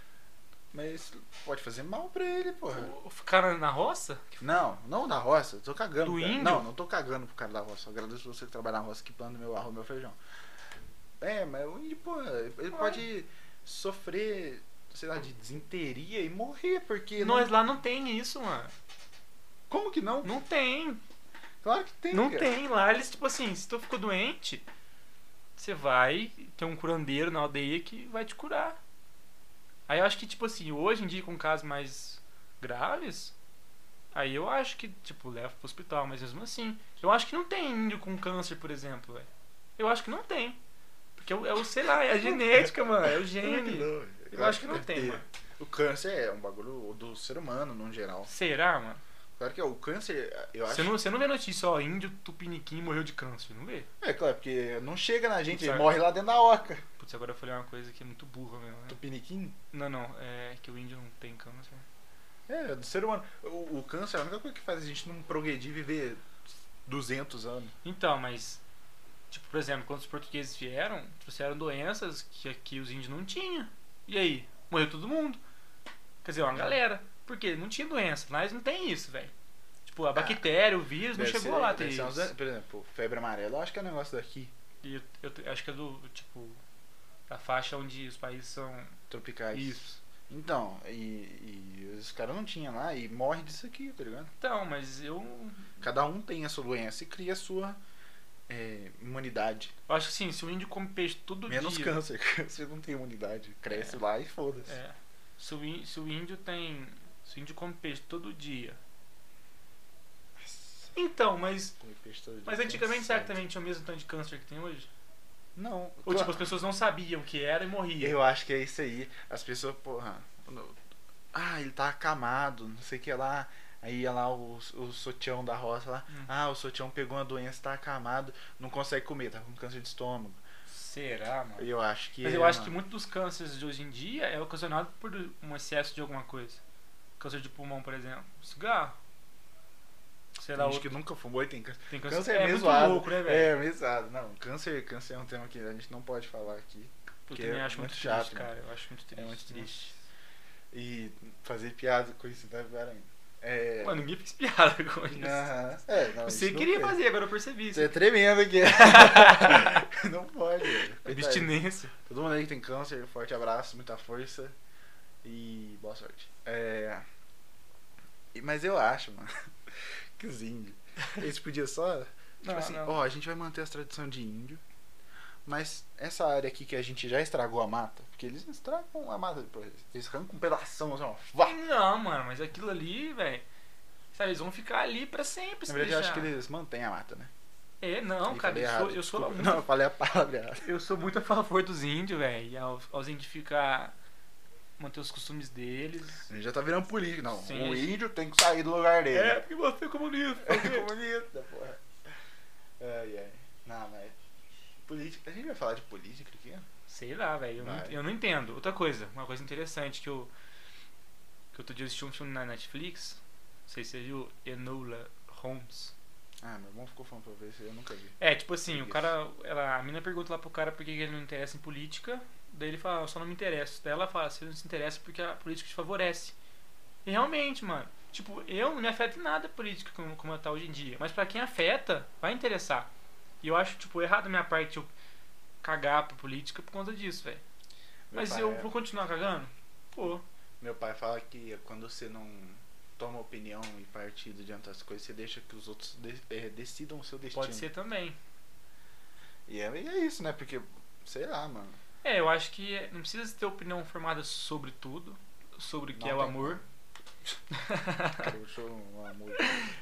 Mas pode fazer mal pra ele, porra. Ficar na roça? Não da roça, eu tô cagando. Do cara. índio? Não tô cagando pro cara da roça. Eu agradeço você que trabalha na roça que planta meu arroz, meu feijão. Mas o índio, porra, ele pode sofrer, sei lá, de desinteria e morrer, porque. Nós lá não tem isso, mano. Como que não? Não tem. Claro que tem. Não cara. tem. Lá eles, tipo assim, se tu ficou doente, você vai, tem um curandeiro na aldeia que vai te curar. Aí eu acho que, tipo assim, hoje em dia com casos mais graves, aí eu acho que, tipo, leva pro hospital, mas mesmo assim, eu acho que não tem índio com câncer, por exemplo, velho. Eu acho que não tem. Porque sei lá, é a genética, mano, é o gene. Eu acho que não tem, mano. O câncer é um bagulho do ser humano, no geral. Será, mano? Claro que é, o câncer, eu acho. Você não vê notícia, ó, índio tupiniquim morreu de câncer, não vê? É claro, porque não chega na gente, ele Putz, morre lá dentro da oca. Putz, agora eu falei uma coisa que é muito burra mesmo, né? Tupiniquim? Não, é que o índio não tem câncer. É, do ser humano. O câncer é a única coisa que faz a gente não progredir e viver 200 anos. Então, mas, tipo, por exemplo, quando os portugueses vieram, trouxeram doenças que aqui os índios não tinham. E aí? Morreu todo mundo. Quer dizer, uma galera. Por quê? Não tinha doença. Lá eles não tem isso, velho. Tipo, a bactéria, o vírus não chegou lá a ter isso. Por exemplo, febre amarela, eu acho que é um negócio daqui. E eu acho que é do, tipo, da faixa onde os países são... Tropicais. Isso. Então, e os caras não tinham lá e morre disso aqui, tá ligado? Então, mas eu Cada um tem a sua doença e cria a sua imunidade. acho que assim, se o índio come peixe todo Menos dia... câncer. Câncer não tem imunidade. Cresce lá e foda-se. É. Se o índio come peixe todo dia... Então, mas antigamente será que também tinha o mesmo tanto de câncer que tem hoje? Não. Ou tipo, as pessoas não sabiam o que era e morriam. Eu acho que é isso aí. As pessoas, porra. Ele tá acamado, não sei o que lá. Aí ia lá o sotião da roça lá. O sotião pegou uma doença, tá acamado, não consegue comer, tá com câncer de estômago. Será, mano? Eu acho que Mas eu acho que muitos dos cânceres de hoje em dia é ocasionado por um excesso de alguma coisa. Câncer de pulmão, por exemplo. Cigarro. Sei lá, gente que nunca fumou e tem câncer. Tem Câncer é meio muito zoado. louco, né, velho? É, meio zoado. Não, câncer é um tema que a gente não pode falar aqui. Eu Porque também é acho muito chato, triste, cara. Eu acho muito triste. É muito triste. E fazer piada com isso é pior ainda. Mano, ninguém fez piada com isso. Não, Você queria fazer, agora eu percebi. Você é tremendo aqui. Não pode. Abstinência. Todo mundo aí que tem câncer, forte abraço, muita força e boa sorte. Mas eu acho, mano, que os índios, eles podiam só... Tipo assim, a gente vai manter as tradições de índio, mas essa área aqui que a gente já estragou a mata, porque eles estragam a mata depois, eles arrancam um pedação assim, ó. Não, mano, mas aquilo ali, velho, sabe, eles vão ficar ali pra sempre. Na verdade, eu acho que eles mantêm a mata, né? Não, cara, eu sou Não, eu falei a palavra errada. Eu sou muito a favor dos índios, velho, aos índios ficar... manter os costumes deles. A gente já tá virando político, não. Sim, o índio tem que sair do lugar dele. Porque você é comunista. É comunista, porra. Não, mas... Política... A gente vai falar de política aqui? Sei lá, velho. Eu não entendo. Outra coisa, uma coisa interessante que outro dia eu assisti um filme na Netflix. Não sei se você viu, Enola Holmes. Meu irmão ficou falando pra ver se eu nunca vi. Tipo assim, a mina pergunta lá pro cara por que ele não interessa em política. Daí ele fala, eu só não me interesso. Daí ela fala, você não se interessa porque a política te favorece. E realmente, mano, tipo, eu não me afeta em nada a política como ela tá hoje em dia. Mas pra quem afeta, vai interessar. E eu acho, tipo, errado da minha parte eu cagar pra política por conta disso, velho. Mas eu vou continuar cagando? Pô. Meu pai fala que quando você não toma opinião e partido diante das coisas, você deixa que os outros decidam o seu destino. Pode ser também. E é isso, né? Porque, sei lá, mano. Eu acho que não precisa ter opinião formada sobre tudo, sobre o que é o amor. Eu sou um amor.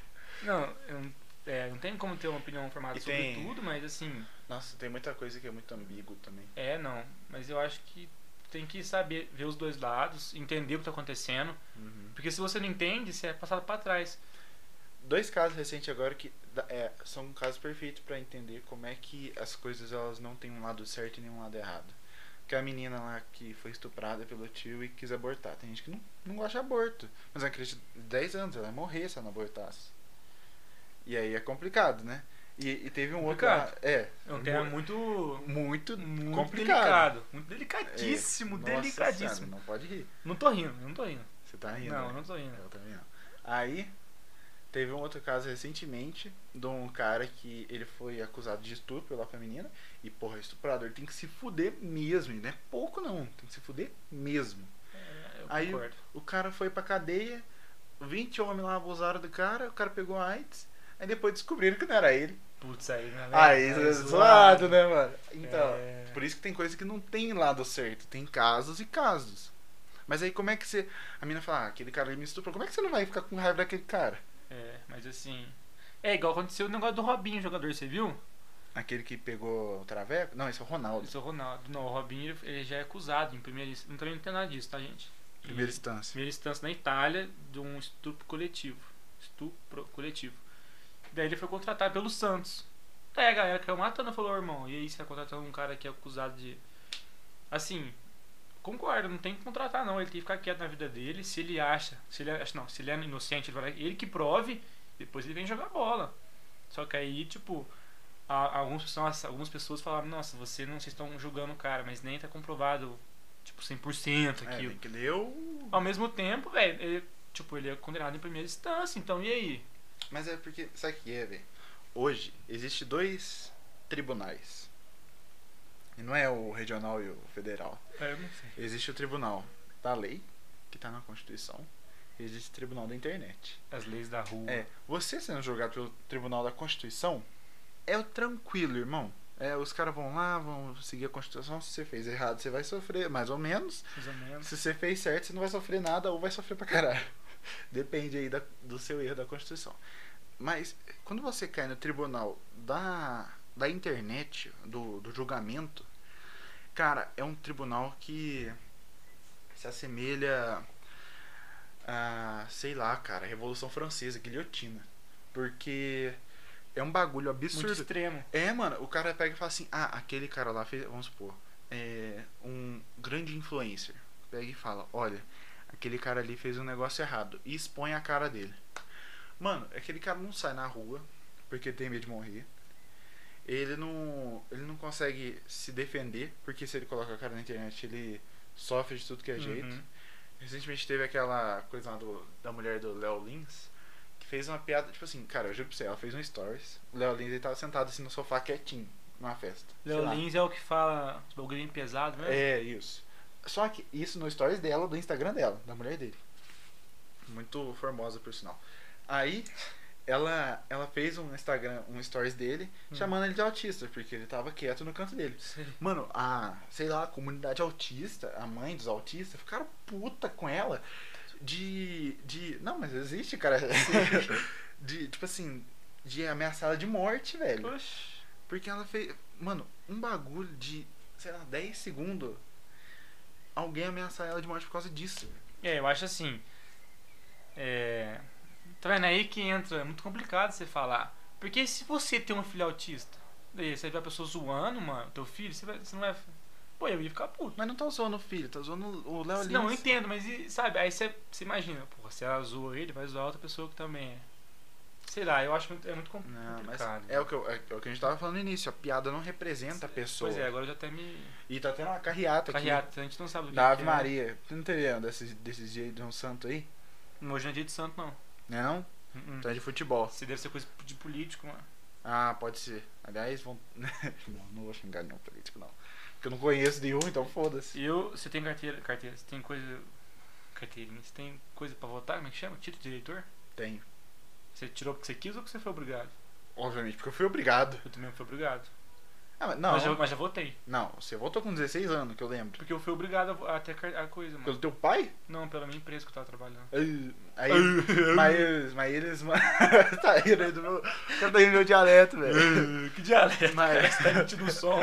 Não tem como ter uma opinião formada sobre tudo, mas assim... Nossa, tem muita coisa que é muito ambíguo também. Mas eu acho que tem que saber ver os dois lados, entender o que tá acontecendo, porque se você não entende, você é passado pra trás. 2 casos recentes agora que são casos perfeitos pra entender como é que as coisas elas não têm um lado certo e nenhum lado errado. que é a menina lá que foi estuprada pelo tio e quis abortar. Tem gente que não gosta de aborto. Mas ela criança de 10 anos, ela ia morrer se ela não abortasse. E aí é complicado, né? E teve um Complicado. outro lá. É. É um tema muito Muito complicado. complicado. Muito delicadíssimo, Nossa delicadíssimo. Senhora, não pode rir. Não tô rindo, não tô rindo. Você tá rindo? Não, né? não tô rindo. Eu também não. Aí, teve um outro caso recentemente de um cara que ele foi acusado de estupro lá com a menina. E, porra, estuprador tem que se fuder mesmo. E não é pouco, não. Tem que se fuder mesmo. Eu Aí, concordo. o cara foi pra cadeia. 20 homens lá abusaram do cara. O cara pegou AIDS. Aí depois descobriram que não era ele. Putz, aí, né? Aí, É zoado, né, mano? Então, É. por isso que tem coisa que não tem lado certo. Tem casos e casos. Mas aí como é que você... A mina fala, aquele cara me estuprou. Como é que você não vai ficar com raiva daquele cara? Mas assim. É igual aconteceu o negócio do Robinho, jogador, você viu? Aquele que pegou o traveco? Não, esse é o Ronaldo. Esse é o Ronaldo. Não, o Robinho ele já é acusado em primeira instância. Não também não tem nada disso, tá, gente? Primeira Em instância. primeira instância na Itália de um estupro coletivo. Estupro coletivo. Daí ele foi contratado pelo Santos. Daí a galera caiu matando, falou, irmão, e aí você tá contratando um cara que é acusado de. Assim, concordo, não tem que contratar não. Ele tem que ficar quieto na vida dele. Se ele acha. Se ele é inocente, ele que prove, depois ele vem jogar bola. Só que aí, tipo, algumas pessoas falaram, nossa, vocês estão julgando o cara, mas nem tá comprovado, tipo, 100% aquilo. Tem que ler o... Ao mesmo tempo, velho, ele é condenado em primeira instância, então e aí? Mas é porque, sabe o que é, velho? Hoje, existe 2 tribunais. E não é o regional e o federal. Eu não sei. Existe o tribunal da lei, que tá na Constituição. E existe o tribunal da internet. As leis da rua. Você sendo julgado pelo tribunal da Constituição, é o tranquilo, irmão. Os caras vão lá, vão seguir a Constituição. Se você fez errado, você vai sofrer, mais ou menos. Mais ou menos. Se você fez certo, você não vai sofrer nada ou vai sofrer pra caralho. Depende aí do seu erro da Constituição. Mas quando você cai no tribunal da internet, do julgamento, cara, é um tribunal que se assemelha a, sei lá, cara, Revolução Francesa, guilhotina. Porque é um bagulho absurdo. Muito extremo. Mano, o cara pega e fala assim, aquele cara lá fez, vamos supor, um grande influencer. Pega e fala, olha, aquele cara ali fez um negócio errado. E expõe a cara dele. Mano, aquele cara não sai na rua porque tem medo de morrer. Ele não consegue se defender, porque se ele coloca a cara na internet, ele sofre de tudo que é jeito. Recentemente teve aquela coisa lá da mulher do Léo Lins, que fez uma piada, tipo assim, cara, eu juro pra você, ela fez um stories. O Léo Lins ele tava sentado assim no sofá quietinho, numa festa. Léo Lins é o que fala os bagulhinhos pesados, né? É, isso. Só que isso no stories dela, do Instagram dela, da mulher dele. Muito formosa, por sinal. Aí, ela fez um Instagram, um stories dele, chamando ele de autista, porque ele tava quieto no canto dele. Sim. Mano, sei lá, a comunidade autista, a mãe dos autistas, ficaram puta com ela não, mas existe, cara. Tipo assim, de ameaçar ela de morte, velho. Oxi. Porque ela fez, mano, um bagulho de, sei lá, 10 segundos, alguém ameaçar ela de morte por causa disso. Eu acho assim. Tá vendo aí que entra, é muito complicado você falar. Porque se você tem um filho autista, daí você vê a pessoa zoando, mano, teu filho, você não vai. Pô, eu ia ficar puto. Mas não tá zoando o filho, tá zoando o Léo Lins. Não, eu entendo, mas sabe, aí você imagina, porra, se ela zoa ele, vai zoar outra pessoa que também é. Sei lá, eu acho muito, muito complicado. Não, mas é o que a gente tava falando no início, a piada não representa a pessoa. Pois é, agora eu já até me. E tá tendo uma carreata aqui. Carreata, a gente não sabe do Da que Ave é. Maria. Você não teria desses dias de um santo aí? Hoje não é dia de santo, não. Né não? Então é de futebol. Se deve ser coisa de político, mano. Pode ser. Aliás, vão. não vou xingar nenhum político, não. Porque eu não conheço nenhum, então foda-se. Você tem carteira, você tem coisa. Carteirinha, você tem coisa pra votar? Como é que chama? Título de eleitor? Tenho. Você tirou porque você quis ou porque você foi obrigado? Obviamente, porque eu fui obrigado. Eu também fui obrigado. Mas não. Mas já votei. Não, você votou com 16 anos, que eu lembro. Porque eu fui obrigado a ter a coisa, mano. Pelo teu pai? Não, pela minha empresa que eu tava trabalhando. Aí, mas eles. Tá rindo aí do meu. O cara tá rindo do meu dialeto, velho. Que dialeto? Mas- Você tá emitindo um som.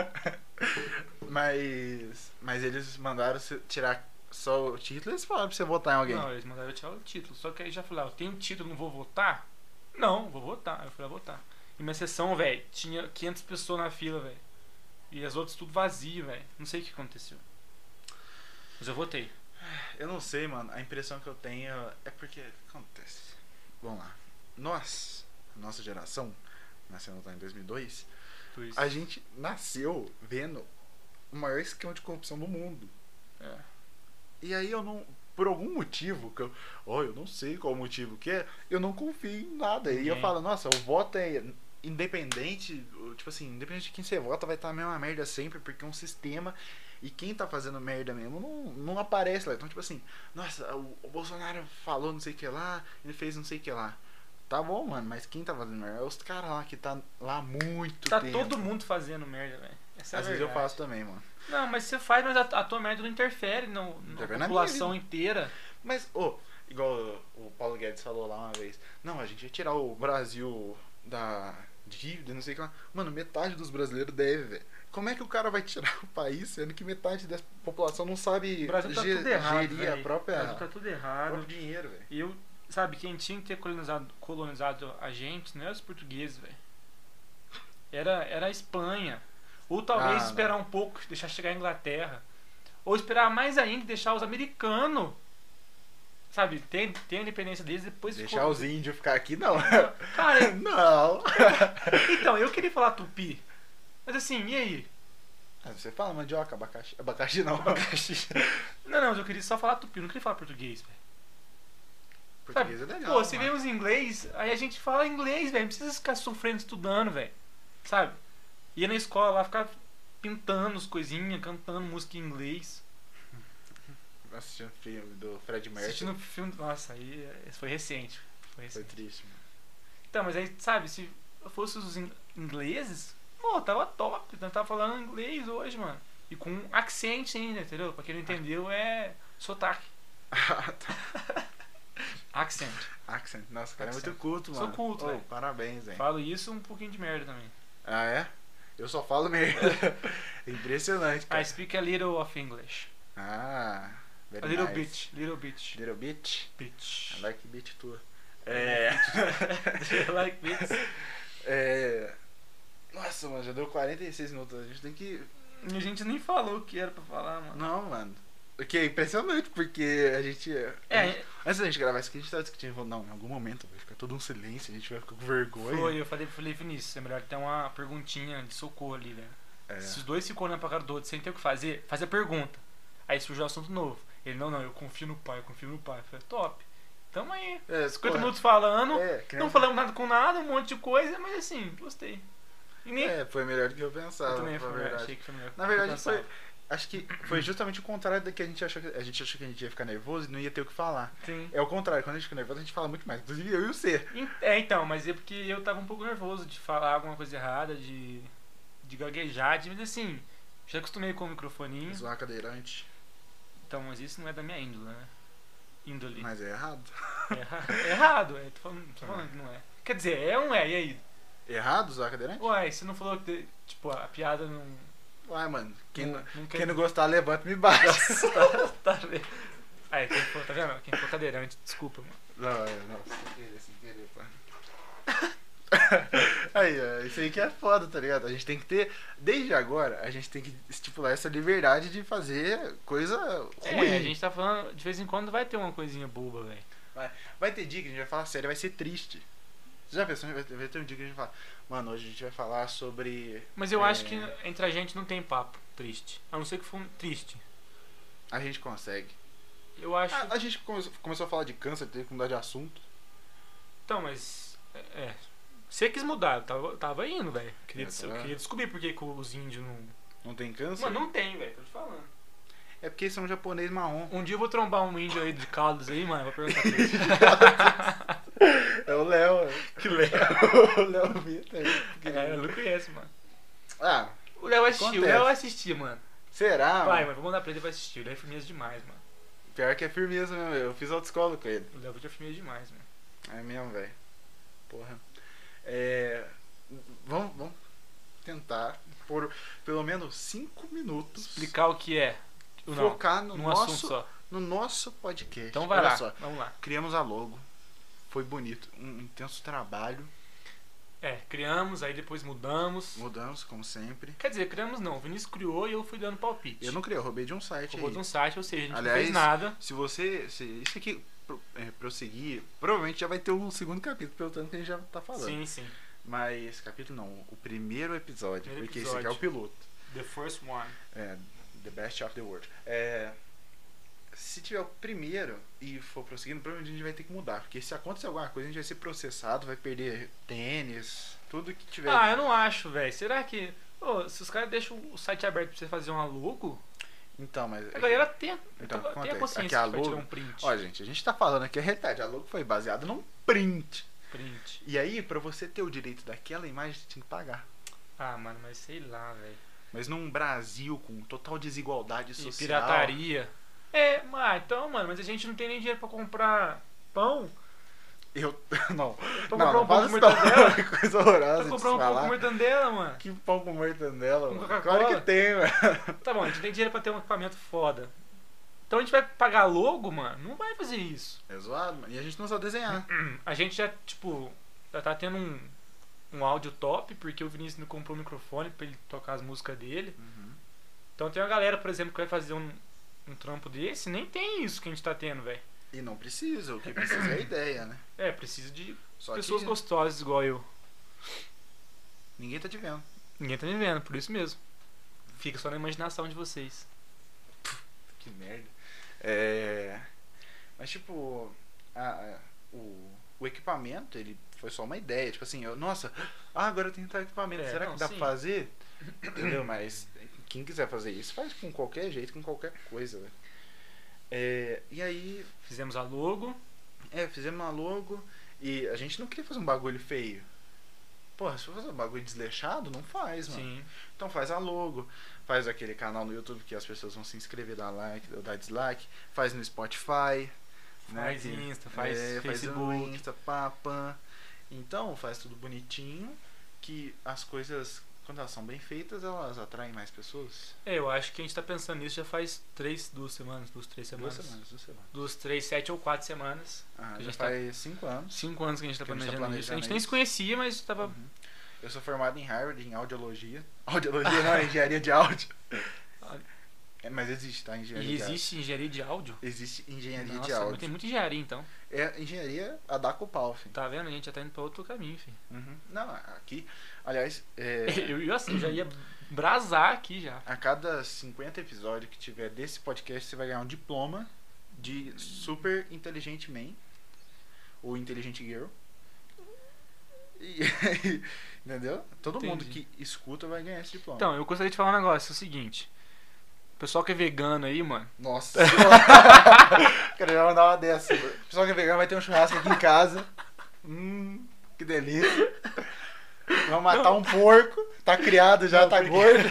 Mas eles mandaram você tirar só o título e eles falaram pra você votar em alguém. Não, eles mandaram eu tirar o título. Só que aí já falaram, eu tenho título, não vou votar? Não, vou votar. Aí eu fui lá votar. E minha sessão, velho, tinha 500 pessoas na fila, velho. E as outras tudo vazio, velho. Não sei o que aconteceu. Mas eu votei. Eu não sei, mano. A impressão que eu tenho é porque... Acontece. Vamos lá. Nossa geração, nascendo lá em 2002, a gente nasceu vendo o maior esquema de corrupção do mundo. É. E aí eu não... Por algum motivo, que eu não sei qual o motivo que é, eu não confio em nada. E eu falo, nossa, o voto é independente, tipo assim, independente de quem você vota, vai estar a mesma merda sempre, porque é um sistema, e quem tá fazendo merda mesmo não aparece lá. Então, tipo assim, nossa, o Bolsonaro falou não sei o que lá, ele fez não sei o que lá. Tá bom, mano, mas quem tá fazendo merda é os caras lá que tá lá há muito Tá tempo. todo mundo fazendo merda, velho. Essa é a Às vezes eu verdade. faço também, mano. Não, mas você faz, mas a tua merda não interfere na população inteira. Mas, igual o Paulo Guedes falou lá uma vez, não, a gente ia tirar o Brasil da dívida, não sei o que lá. Mano, metade dos brasileiros deve, velho. Como é que o cara vai tirar o país, sendo que metade da população não sabe O Brasil tá tudo errado, gerir véio. a própria... O Brasil tá tudo errado. O próprio dinheiro, velho. E eu, sabe, quem tinha que ter colonizado a gente não era os portugueses, velho. Era a Espanha. Ou talvez esperar um pouco, deixar chegar a Inglaterra. Ou esperar mais ainda e deixar os americanos, sabe, ter a independência deles e depois... Deixar os índios ficar aqui, não. Cara, não. Então, eu queria falar tupi. Mas assim, e aí? Você fala mandioca, abacaxi. Abacaxi não. Abacaxi. Não, mas eu queria só falar tupi, eu não queria falar português, velho. Português é legal. Pô, se vem os inglês, aí a gente fala inglês, velho. Não precisa ficar sofrendo estudando, velho. Sabe? Ia na escola lá, ficar pintando as coisinhas, cantando música em inglês. Assistindo filme do Fred Mercury. Assistindo filme. Nossa, aí esse foi recente. Foi triste, mano. Então, mas aí, sabe, se fosse os ingleses, pô, tava top. Nós tava falando inglês hoje, mano. E com accent ainda, entendeu? Pra quem não entendeu, é sotaque. Accent. Nossa, o cara é muito culto, mano. Sou culto, velho. Parabéns, velho. Falo isso um pouquinho de merda também. Ah, é? Eu só falo merda. Impressionante, cara. I speak a little of English. Ah, a little bit. Little bit. Little bit? Bitch. I like bit tua. I like bits. Nossa, mano, já deu 46 minutos. A gente tem que... A gente nem falou o que era pra falar, mano. Não, mano. O que é impressionante, porque a gente... Antes da gente gravar isso aqui, a gente tava discutindo. Não, em algum momento vai ficar todo um silêncio, a gente vai ficar com vergonha. Eu falei pro Vinícius, é melhor ter uma perguntinha de socorro ali, velho. Se os dois ficam olhando pra cara do outro sem ter o que fazer, faz a pergunta. Aí surge um assunto novo. Ele, não, eu confio no pai, Eu falei, top. Tamo aí. 50 minutos falando, não falamos nada com nada, um monte de coisa, mas assim, gostei. E nem... foi melhor do que eu pensava. Eu também achei que foi melhor. Na verdade, acho que foi justamente o contrário do que a gente achou que a gente ia ficar nervoso e não ia ter o que falar. Sim. É o contrário, quando a gente fica nervoso, a gente fala muito mais. Inclusive eu e o C. Então, mas é porque eu tava um pouco nervoso de falar alguma coisa errada, de gaguejar, mas assim, já acostumei com o microfoninho. Zoar cadeirante. Então, mas isso não é da minha índole, né? Índole. Mas é errado. É errado, tô falando que não é. Quer dizer, e aí? Errado zoar cadeirante? Uai, você não falou que, tipo, a piada não... Uai, mano, quem não não gostar, levanta e me bate. tá vendo? Aí, tá vendo? Quem for cadeirante, desculpa, mano. Não, sem querer, pá. Aí, isso aí que é foda, tá ligado? A gente tem que ter, desde agora, a gente tem que estipular essa liberdade de fazer coisa ruim. A gente tá falando, de vez em quando vai ter uma coisinha boba, velho. Vai ter dia que a gente vai falar sério, vai ser triste. Você já pensou? Vai ter um dia que a gente vai falar, mano, hoje a gente vai falar sobre... Mas eu acho que entre a gente não tem papo triste. A não ser que for triste. A gente consegue. Eu acho... A gente começou a falar de câncer, teve que mudar de assunto. Então, mas... Você quis mudar, eu tava indo, velho. Eu queria descobrir por que os índios não... Não tem câncer? Mano, não tem, velho, tô te falando. É porque são japonês marrom. Um dia eu vou trombar um índio aí de Caldas aí, mano, vou perguntar pra ele. É o Léo. Que Léo? O Léo Vitor. Eu não conheço, mano. O Léo assistiu, o Léo vai assistir, mano. Será? Vai, mas vou mandar pra ele, ele vai assistir. O Léo é firmeza demais, mano. Pior que é firmeza mesmo, eu fiz autoescola com ele. O Léo é firmeza demais, mano. É mesmo, velho. Porra. Vamos tentar, por pelo menos 5 minutos, explicar o que é. Focar no assunto só. No nosso podcast. Então vai lá, vamos lá. Criamos a logo. Foi bonito. Um intenso trabalho. Criamos, aí depois mudamos. Mudamos, como sempre. Quer dizer, criamos não. O Vinícius criou e eu fui dando palpite. Eu não criei, eu roubei de um site Roubou aí. de um site, ou seja, a gente Aliás, não fez nada. Se isso aqui prosseguir, provavelmente já vai ter um segundo capítulo, pelo tanto que a gente já tá falando. Sim, sim. Mas, capítulo não, o primeiro episódio, porque esse aqui é o piloto. The first one. The best of the world. Se tiver o primeiro e for prosseguindo, provavelmente a gente vai ter que mudar. Porque se acontecer alguma coisa, a gente vai ser processado, vai perder tênis, tudo que tiver. Eu não acho, velho. Será que... se os caras deixam o site aberto pra você fazer um logo, Então, mas... a galera tem, Então, tem a consciência aqui que a vai logo, tirar um print. Ó, gente, a gente tá falando aqui a realidade. A logo foi baseada num print. Print. E aí, pra você ter o direito daquela imagem, você tinha que pagar. Mano, mas sei lá, velho. Mas num Brasil com total desigualdade social... E pirataria. Então, mano, mas a gente não tem nem dinheiro pra comprar pão. Não. Pra comprar um pão faz com isso não. mortadela. Que coisa horrorosa Pra comprar um pão com mortadela, mano. Que pão com mortadela, Com mano? Coca-Cola? Claro que tem, velho. Tá bom, a gente tem dinheiro pra ter um equipamento foda. Então a gente vai pagar logo, mano? Não vai fazer isso. É zoado, mano. E a gente não sabe desenhar. A gente já, já tá tendo um áudio top, porque o Vinícius não comprou um microfone pra ele tocar as músicas dele. Então tem uma galera, por exemplo, que vai fazer um trampo desse, nem tem isso que a gente tá tendo, velho. E não precisa, o que precisa é a ideia, né? Precisa de Só pessoas que gostosas igual eu. ninguém tá te vendo. Ninguém tá me vendo, por isso mesmo. Fica só na imaginação de vocês. Que merda. Mas tipo, o equipamento, ele foi só uma ideia. Tipo assim, agora eu tenho tal equipamento. Será que dá pra fazer? Entendeu? Mas quem quiser fazer isso, faz com qualquer jeito, com qualquer coisa, velho. E aí... Fizemos a logo. Fizemos uma logo. E a gente não queria fazer um bagulho feio. Porra, se for fazer um bagulho desleixado, não faz, mano. Sim. Então faz a logo, faz aquele canal no YouTube que as pessoas vão se inscrever, dar like, dar dislike, faz no Spotify, faz né? Insta, faz Facebook. Faz Insta, papã. Então faz tudo bonitinho, que as coisas, quando elas são bem feitas, elas atraem mais pessoas. Eu acho que a gente tá pensando nisso já faz 2 semanas. 3 semanas. 2 semanas. 2, 3, 7 ou 4 semanas. Já gente faz 5 anos. 5 anos que a gente tá Que a gente tá planejando isso. A gente planejando nem isso. se conhecia, mas tava... Eu sou formado em Harvard, em audiologia. Audiologia não, é engenharia de áudio. Mas existe, tá? Engenharia E de existe engenharia de áudio? áudio. Existe engenharia Nossa, de áudio. mas tem muita engenharia, então. É engenharia a dar com o pau, filho. Tá vendo? A gente já tá indo pra outro caminho, filho. Não, aqui, aliás, Eu já ia brasar aqui já. a cada 50 episódios que tiver desse podcast, você vai ganhar um diploma de super inteligente man ou inteligente girl. Entendeu? Todo Entendi. mundo que escuta vai ganhar esse diploma. Então, eu gostaria de falar um negócio, é o seguinte. O pessoal que é vegano aí, mano. Nossa. Quero já mandar uma dessa. O pessoal que é vegano vai ter um churrasco aqui em casa. Que delícia. Vamos matar um porco. Tá criado já, Não, tá porque- gordo.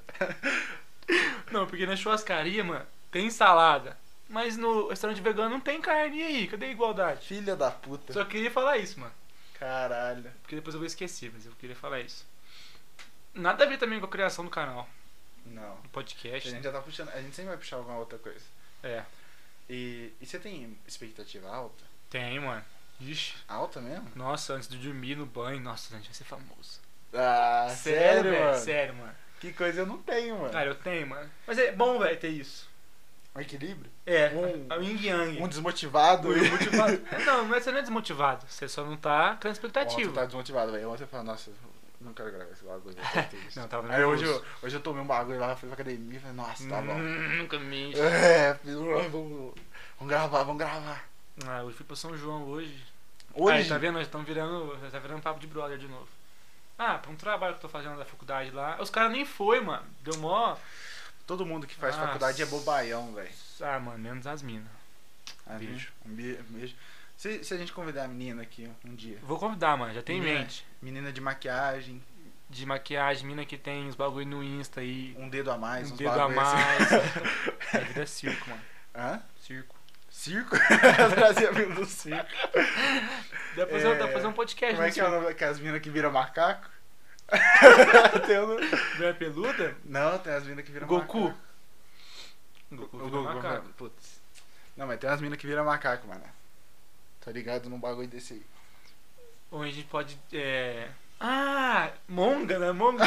Não, porque na churrascaria, mano, tem salada. Mas no restaurante vegano não tem carne. E aí? Cadê a igualdade? Filha da puta. Só queria falar isso, mano. Caralho. Porque depois eu vou esquecer, mas eu queria falar isso. Nada a ver também com a criação do canal, Não. do A podcast. gente já tá puxando. A gente sempre vai puxar alguma outra coisa. É, E você tem expectativa alta? tem, mano. Ixi. Alta mesmo? Nossa, antes de dormir no banho, nossa, a gente vai ser famoso. Ah, sério, velho? mano? Sério, mano. Que coisa eu não tenho, mano. Cara, eu tenho, mano. Mas é bom, velho, ter isso. Um equilíbrio? É, Um- é o yin yang. Um desmotivado Um motivado. Não, você não é desmotivado. Você só não tá criando Ontem expectativa. tá desmotivado, velho. Ontem eu falei, nossa, não quero gravar esse bagulho. Vou ter isso. Não, tava Aí hoje nervoso. hoje eu tomei um bagulho lá, fui pra academia e falei, nossa, tá bom. Nunca me... Vamos gravar, vamos gravar. Eu fui pra São João hoje. Hoje? Aí, tá vendo? Nós estamos virando papo de brother de novo. Pra um trabalho que eu tô fazendo da faculdade lá. Os caras nem foi, mano. Deu mó... Todo mundo que faz Nossa. faculdade é bobaião, velho. Mano, menos as minas. Beijo. Um beijo. Se a gente convidar a menina aqui um dia. Vou convidar, mano. Já tem em Menina- mente. Menina de maquiagem, De maquiagem, mina que tem os bagulho no Insta aí. um dedo a mais, Um uns dedo a bagulho assim. mais. A vida é circo, mano. Hã? Circo. Circo? Trazia amigo do circo. Dá pra fazer um podcast, Como é né? que é o nome daquelas minas que viram macaco? Tem o nome- Não peluda? Não, tem as minas que viram Goku. macaco. Goku O virou macaco. Putz. Não, mas tem umas minas que viram macaco, mano. Tá ligado num bagulho desse aí. Ou a gente pode Ah, Monga, né? Monga.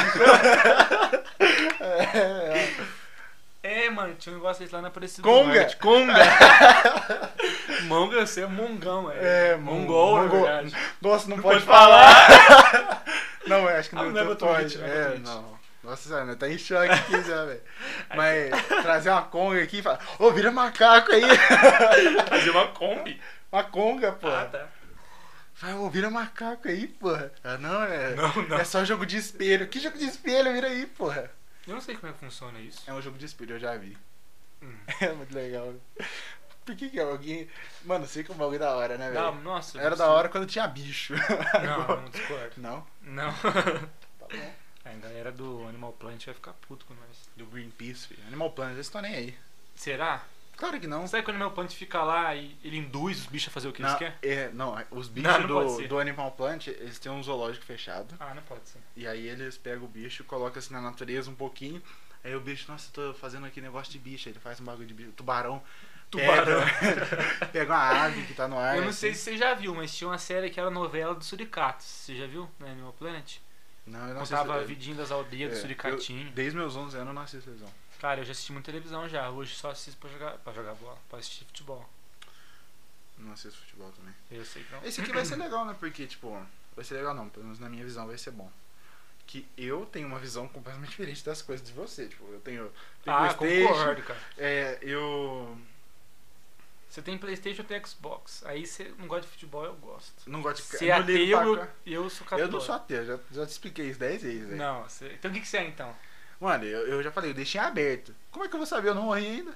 É, mano, tinha um negócio desse lá na Aparecida do Conga? Norte. Conga. Monga, você é mongão, Mongol, na verdade. Nossa, não Pode pode falar. falar. Não, eu acho que Ah, não, não é não pra pode. Twitch, não é pra É, Twitch. não. Nossa senhora, né? Tá em choque aqui já, velho. Mas trazer uma conga aqui e falar, ô, vira macaco aí. Fazer uma Kombi. Uma conga, pô. Ah, tá. Vai, ô, vira macaco aí, porra. Ah, não, é. Não. É só jogo de espelho. Que jogo de espelho? Vira aí, porra. Eu não sei como é que funciona isso. É um jogo de espelho, eu já vi. Hum. É muito legal. Por que alguém. Mano, sei que é um bagulho da hora, né, velho? Nossa. Era da hora quando tinha bicho. Não discordo. Não? Não. Tá bom. A galera do Animal Planet vai ficar puto com nós. Do Greenpeace, filho. Animal Planet, eles estão nem aí. Será? Claro que não. Sabe quando o Animal Planet fica lá e ele induz os bichos a fazer o que Não, eles querem? não, os Não, bichos não pode ser. do Animal Planet, eles têm um zoológico fechado. Ah, não pode ser. E aí eles pegam o bicho, colocam assim na natureza um pouquinho. Aí o bicho, nossa, eu tô fazendo aqui negócio de bicho. Aí ele faz um bagulho de bicho. Tubarão. Tubarão. Pega uma ave que tá no ar. Eu não assim. sei se você já viu, mas tinha uma série que era novela dos suricatos. Você já viu no Animal Planet? Não, eu não Contava a sei. vidinha das aldeias do suricatinho. Desde meus 11 anos eu não assisto televisão. Cara, eu já assisti muita televisão já. Hoje só assisto pra jogar bola, pra assistir futebol. Não assisto futebol também. Eu sei que não. Esse aqui vai ser legal, né? Porque, tipo, vai ser legal não, pelo menos na minha visão vai ser bom. Que eu tenho uma visão completamente diferente das coisas de você. Tipo, eu tenho PlayStation, concordo, cara. Eu Você tem Playstation, eu tenho Xbox. Aí você não gosta de futebol, eu gosto. não gosto de Se é não ligo ateu, pra cá. eu sou Eu católico. não sou ateu, já te expliquei isso 10 vezes, velho. Não, então o que você é então? Mano, eu já falei, eu deixei aberto. Como é que eu vou saber? Eu não morri ainda.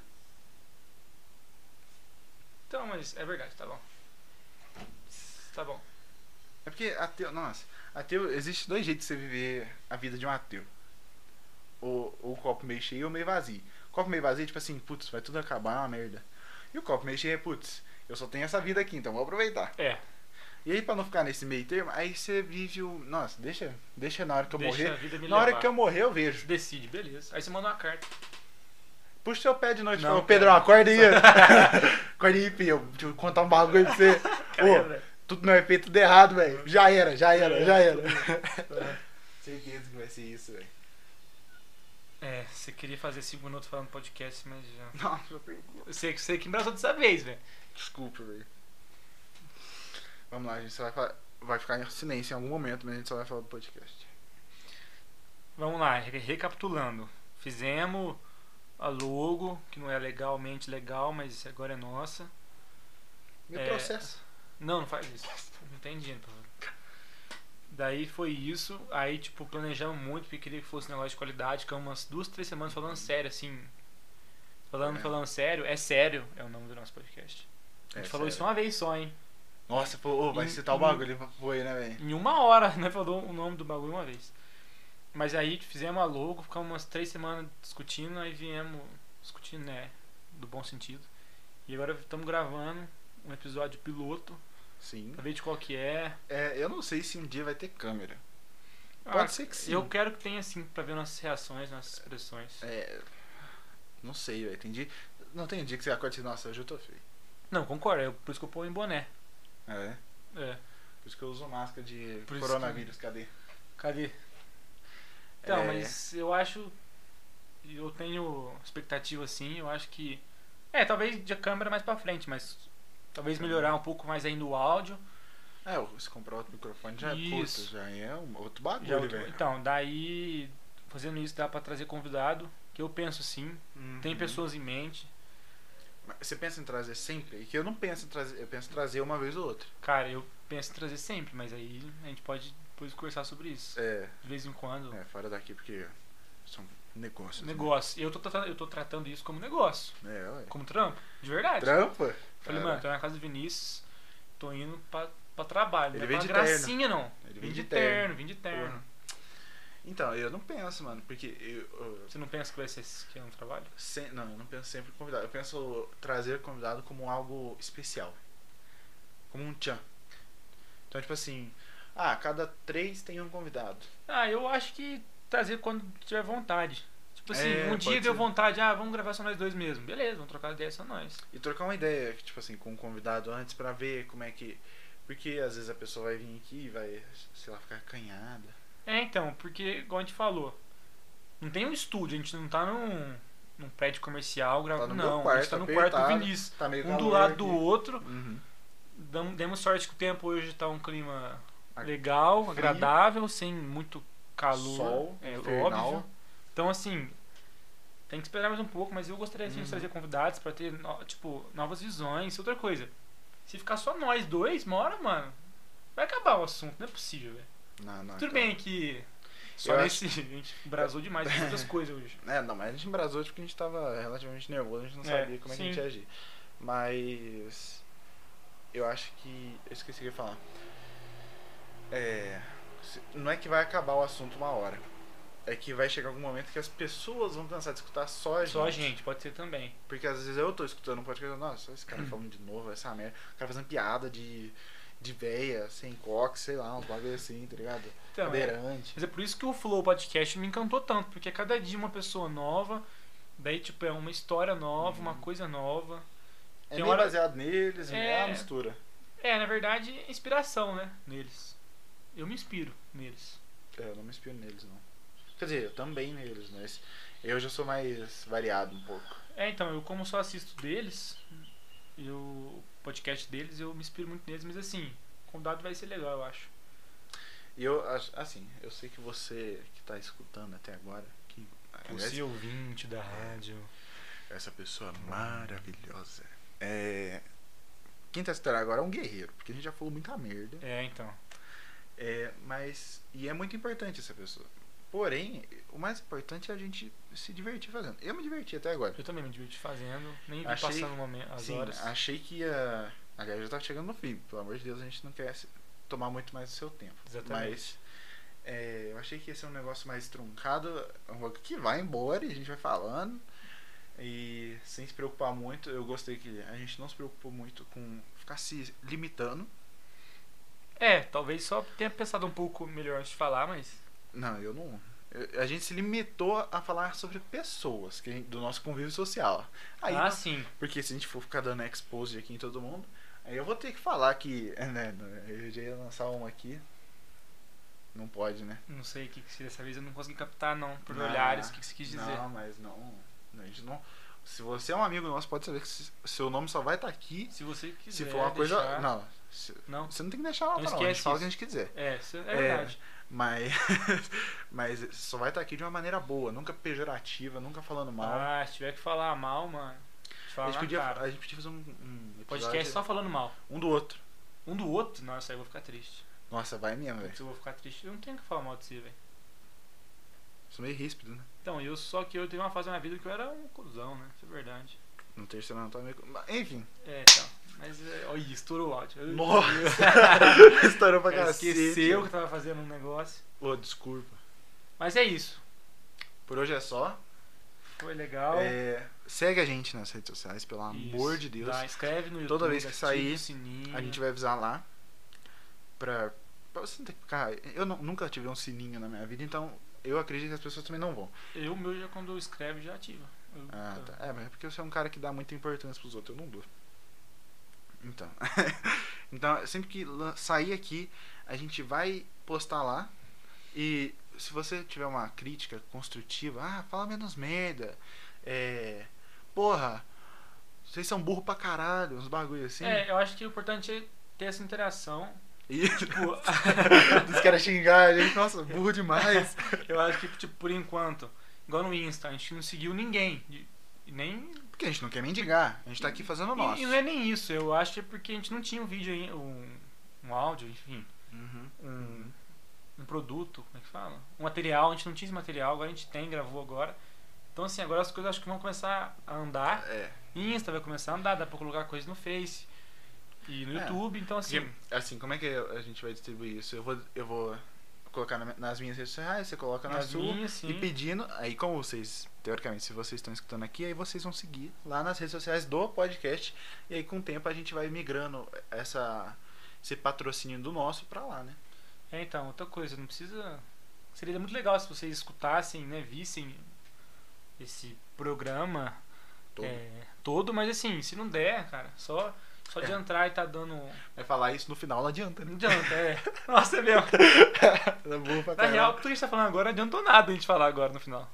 Então, mas é verdade, tá bom. Tá bom. É porque ateu, nossa, ateu, existe dois jeitos de você viver a vida de um ateu. O copo meio cheio ou meio vazio. O copo meio vazio é tipo assim, putz, vai tudo acabar, é uma merda. E o copo meio cheio é, putz, eu só tenho essa vida aqui, então vou aproveitar. É. E aí, pra não ficar nesse meio termo, aí você vive o. Nossa, deixa na hora que eu Deixa morrer. a vida me Na hora levar. que eu morrer, eu vejo. Decide, beleza. Aí você manda uma carta. Puxa seu pé de noite e Não, fala, Pedrão, cara. acorda aí. Acorda aí, Pio. Deixa eu contar um bagulho pra você. Cara, Ô, tudo não é feito tudo errado, velho. Já era. Certeza que vai ser isso, velho. É, você queria fazer 5 minutos falando podcast, mas já. Nossa, eu perdi. Eu sei que você que embraçou dessa vez, velho. Desculpa, velho. Vamos lá, a gente só vai ficar em silêncio em algum momento, mas a gente só vai falar do podcast. Vamos lá, recapitulando. Fizemos a logo, que não é legalmente legal, mas agora é nossa. Meu É. processo. Não faz isso. Não tem dinheiro pra fazer. Daí foi isso. Aí, tipo, planejamos muito, porque queria que fosse um negócio de qualidade. Ficamos umas 2, 3 semanas falando sério, assim. Falando sério. É sério, é o nome do nosso podcast. A gente falou isso uma vez só, hein? Nossa, pô, vai citar o bagulho, foi, né, velho? Em 1 hora, né? Falou o nome do bagulho uma vez. Mas aí fizemos a logo, ficamos umas 3 semanas discutindo, aí viemos discutindo, né? Do bom sentido. E agora estamos gravando um episódio piloto, Sim. pra ver de qual que é. Eu não sei se um dia vai ter câmera. Pode ser que sim. Eu quero que tenha, assim, pra ver nossas reações, nossas expressões. Não sei, velho. Tem dia. Não tem dia que você acorda e diz, nossa, hoje eu tô feio. Não, concordo, por isso que eu ponho em boné. É. É. Por isso que eu uso máscara de Por isso coronavírus, cadê? Cadê? Então, É. mas eu acho. Eu tenho expectativa assim, eu acho que. Talvez de câmera mais pra frente, mas talvez melhorar um pouco mais ainda o áudio. Se comprar outro microfone já Isso. já é outro Já bagulho, outro- velho. Então, daí fazendo isso dá pra trazer convidado, que eu penso sim. Tem Uhum. pessoas em mente. Mas você pensa em trazer sempre? E que eu não penso em trazer, eu penso em trazer uma vez ou outra. Cara, eu penso em trazer sempre, mas aí a gente pode depois conversar sobre isso. De vez em quando. Fora daqui porque são negócios. né? Negócio. Eu tô tratando isso como negócio. Ué. Como trampo. De verdade. Trampa? Falei, mano, tô na casa do Vinícius, tô indo pra trabalho. Ele Não é vem pra de terno. gracinha, não. Ele Vim de terno. Porra. Então, eu não penso, mano, porque Você não pensa que vai ser que é um trabalho? não, eu não penso sempre em convidado. Eu penso trazer convidado como algo especial. Como um tchan. Então, tipo assim, cada 3 tem um convidado. Eu acho que trazer quando tiver vontade. Tipo assim, um pode dia deu ser. vontade, vamos gravar só nós dois mesmo. Beleza, vamos trocar ideia só nós. E trocar uma ideia, tipo assim, com um convidado antes pra ver como é que Porque às vezes a pessoa vai vir aqui e vai, sei lá, ficar acanhada. Então, porque, igual a gente falou, não tem um estúdio, a gente não tá num prédio comercial gravando, no meu não. quarto, A gente tá no quarto do apertado, Vinícius, tá meio um do calor lado aqui. do outro. Uhum. Demos sorte que o tempo hoje tá um clima A- legal, frio. agradável, sem muito calor. Sol, é infernal. óbvio. Então, assim, tem que esperar mais um pouco, mas eu gostaria de trazer convidados pra ter, tipo, novas visões. Outra coisa, se ficar só nós dois, uma hora, mano, vai acabar o assunto, não é possível, velho. Não, Tudo então. bem que só Eu nesse. A gente brasou demais com outras coisas hoje. Não, mas a gente embrasou porque a gente tava relativamente nervoso, a gente não sabia como é que a gente sim. ia agir. Mas eu acho que. Eu esqueci o que eu ia falar. Não é que vai acabar o assunto uma hora. É que vai chegar algum momento que as pessoas vão cansar de escutar só a gente. Só a gente, pode ser também. Porque às vezes eu tô escutando um podcast, nossa, esse cara falando de novo, essa merda. O cara fazendo piada de véia, sem coque, sei lá, uns bagulho assim, tá ligado? Então, Cadeirante. Mas é por isso que o Flow Podcast me encantou tanto, porque cada dia uma pessoa nova, daí tipo é uma história nova, uma coisa nova. É Tem meio hora- baseado neles, é uma É. mistura. Na verdade, inspiração, né? Neles. Eu me inspiro neles. Eu não me inspiro neles, não. Quer dizer, eu também neles, mas eu já sou mais variado um pouco. Então, eu como só assisto deles, o podcast deles, eu me inspiro muito neles, mas assim, o convidado vai ser legal, eu acho. E eu acho, assim, eu sei que você que tá escutando até agora, que Você ouvinte da rádio. essa pessoa maravilhosa. Quem tá escutando agora é um guerreiro, porque a gente já falou muita merda. Então. Mas. E é muito importante essa pessoa. Porém, o mais importante é a gente se divertir fazendo. Eu me diverti até agora. Eu também me diverti fazendo, nem vi Achei- passando o momento, as Sim, horas. achei que ia. Aliás, já tá chegando no fim. Pelo amor de Deus, a gente não quer tomar muito mais do seu tempo. Exatamente. Mas eu achei que ia ser um negócio mais truncado, um bagulho que vai embora e a gente vai falando. E sem se preocupar muito. Eu gostei que a gente não se preocupou muito com ficar se limitando. Talvez só tenha pensado um pouco melhor antes de falar, mas. Não, eu não. A gente se limitou a falar sobre pessoas do nosso convívio social. Aí, Sim. porque se a gente for ficar dando expose aqui em todo mundo, aí eu vou ter que falar que. Né, eu já ia lançar uma aqui. Não pode, né? Não sei o que se dessa vez eu não consegui captar, não. Por Não, olhares, o que você quis dizer. Não, mas não. A gente não. Se você é um amigo nosso, pode saber que seu nome só vai estar aqui Se você quiser. se for uma coisa. deixar- Não. Não. Você não tem que deixar lá, Não não. A gente esquece fala o isso. que a gente quiser. Isso é verdade. Mas. Mas só vai estar aqui de uma maneira boa, nunca pejorativa, nunca falando mal. Se tiver que falar mal, mano. Fala A gente, na podia, cara. a gente podia fazer um episódio Podcast só falando mal. um do outro. Um do outro? Nossa, aí eu vou ficar triste. Nossa, vai mesmo, velho. Se eu vou ficar triste, eu não tenho que falar mal de você, velho. Sou meio ríspido, né? Então, só que eu tive uma fase na minha vida que eu era um cuzão, né? Isso é verdade. No terceiro ano tá meio. Enfim. Então. Mas, olha, estourou o áudio. Nossa! Estourou pra cacete. Esqueceu que eu tava fazendo um negócio. Ô, desculpa. Mas é isso. Por hoje é só. Foi legal. Segue a gente nas redes sociais, pelo amor de Deus. Inscreve no YouTube. Toda vez que ativa sair, o sininho. A gente vai avisar lá. Pra você não ter que ficar. Eu nunca tive um sininho na minha vida, então eu acredito que as pessoas também não vão. O meu já quando eu escrevo já ativa. Tá. Mas é porque você é um cara que dá muita importância pros outros. Eu não dou. Então. Então, sempre que sair aqui, a gente vai postar lá. E se você tiver uma crítica construtiva, fala menos merda. Porra, vocês são burro pra caralho, uns bagulho assim. Eu acho que o importante é ter essa interação. E Tipo, os caras xingar a gente, nossa, burro demais. eu acho que, tipo, por enquanto, igual no Insta, a gente não seguiu ninguém. Nem. Porque a gente não quer mendigar, a gente tá aqui fazendo o nosso. E não é nem isso, eu acho que é porque a gente não tinha um vídeo aí, um áudio, enfim. Um produto, como é que fala? Um material, a gente não tinha esse material, agora a gente tem, gravou agora. Então assim, agora as coisas acho que vão começar a andar. Insta vai começar a andar, dá pra colocar coisa no Face e no YouTube, então assim. Porque, assim, como é que a gente vai distribuir isso? Eu vou colocar nas minhas redes sociais, você coloca na sua sim. e pedindo. Aí como vocês, teoricamente, se vocês estão escutando aqui, aí vocês vão seguir lá nas redes sociais do podcast. E aí com o tempo a gente vai migrando esse patrocínio do nosso pra lá, né? Então, outra coisa, não precisa. Seria muito legal se vocês escutassem, né, vissem esse programa todo, mas assim, se não der, cara, só Só de entrar e tá dando. Vai falar isso no final não adianta, né? Não adianta, é. Nossa, é mesmo. É burro pra Na caralho. real, o que a gente tá falando agora não adiantou nada a gente falar agora no final.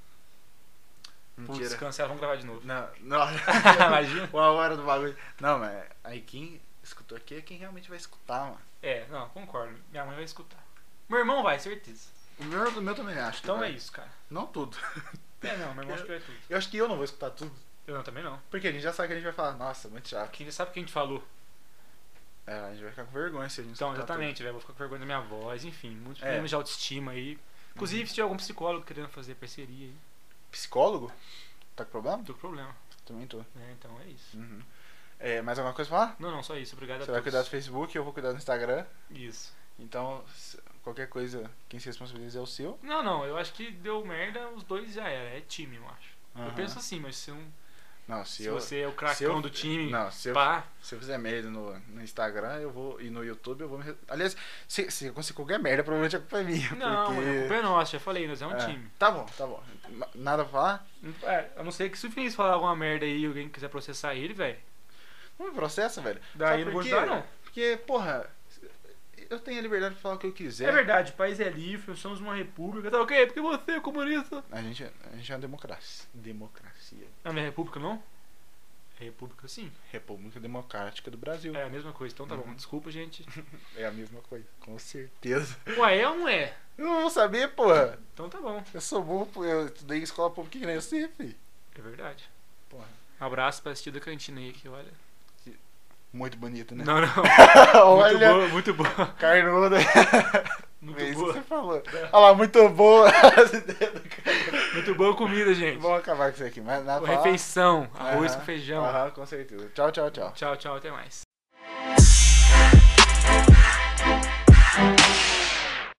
Putz, Mentira. cancela, vamos gravar de novo. Não. Imagina. Uma hora do bagulho. Não, mas aí quem escutou aqui é quem realmente vai escutar, mano. É, não, concordo. Minha mãe vai escutar. Meu irmão vai, certeza. O meu também acho. Então que é vai. isso, cara. Não tudo. É, não, meu irmão acho que vai tudo. Eu acho que eu não vou escutar tudo. Eu não, também não. Porque a gente já sabe que a gente vai falar, nossa, muito chato. Quem sabe o que a gente falou. É, a gente vai ficar com vergonha se a gente Então, escutar exatamente, velho. Vou ficar com vergonha da minha voz, enfim. Muitos É. problemas de autoestima aí. Inclusive, se tiver algum psicólogo querendo fazer parceria aí, tudo. Psicólogo? Tá com problema? não tô com problema. Também tô. É, então é isso. Uhum. É, mais alguma coisa pra falar? Não, só isso. Obrigado a Você vai todos. cuidar do Facebook, eu vou cuidar do Instagram. Isso. Então, qualquer coisa, quem se responsabiliza é o seu. Não, eu acho que deu merda, os dois já era. É time, eu acho. Eu Aham. penso assim, mas se, Não, se você é o cracão se eu- do time, Não, se eu, pá, se eu fizer merda no Instagram, eu vou. E no YouTube eu vou me. Aliás, se eu conseguir qualquer merda, provavelmente a culpa é minha. não, porque... a culpa é nossa, já falei, nós é um É, time. Tá bom. Nada pra falar? É, a não ser que se o Vinícius falar alguma merda aí e alguém quiser processar ele, velho. Não me processa, velho. Daí Sabe eu não por vou quê? ajudar, não. Porque, porra, eu tenho a liberdade de falar o que eu quiser. É verdade, o país é livre, nós somos uma república, tá ok? Porque você é comunista. A gente é uma democracia. Democracia. Não, não é república não? É república sim. República Democrática do Brasil. É a mesma coisa, então tá bom. Uhum. Desculpa, gente. É a mesma coisa, com certeza. Ué, é ou não é? Eu não vou saber, porra. Então tá bom. Eu sou burro, pô, eu estudei em escola pública que nem você, filho. É verdade. Porra. Um abraço pra assistir da cantina aí, que olha. Muito bonito, né? Não, não. Muito Olha, boa, muito boa. carnuda. Muito É isso que boa. você falou. Olha lá, muito boa as ideias do cara. Muito boa comida, gente. Vamos acabar com isso aqui. Mas nada Boa pra falar? refeição, arroz Aham, com feijão. Aham, com certeza. Tchau, tchau, tchau. Tchau, tchau, até mais.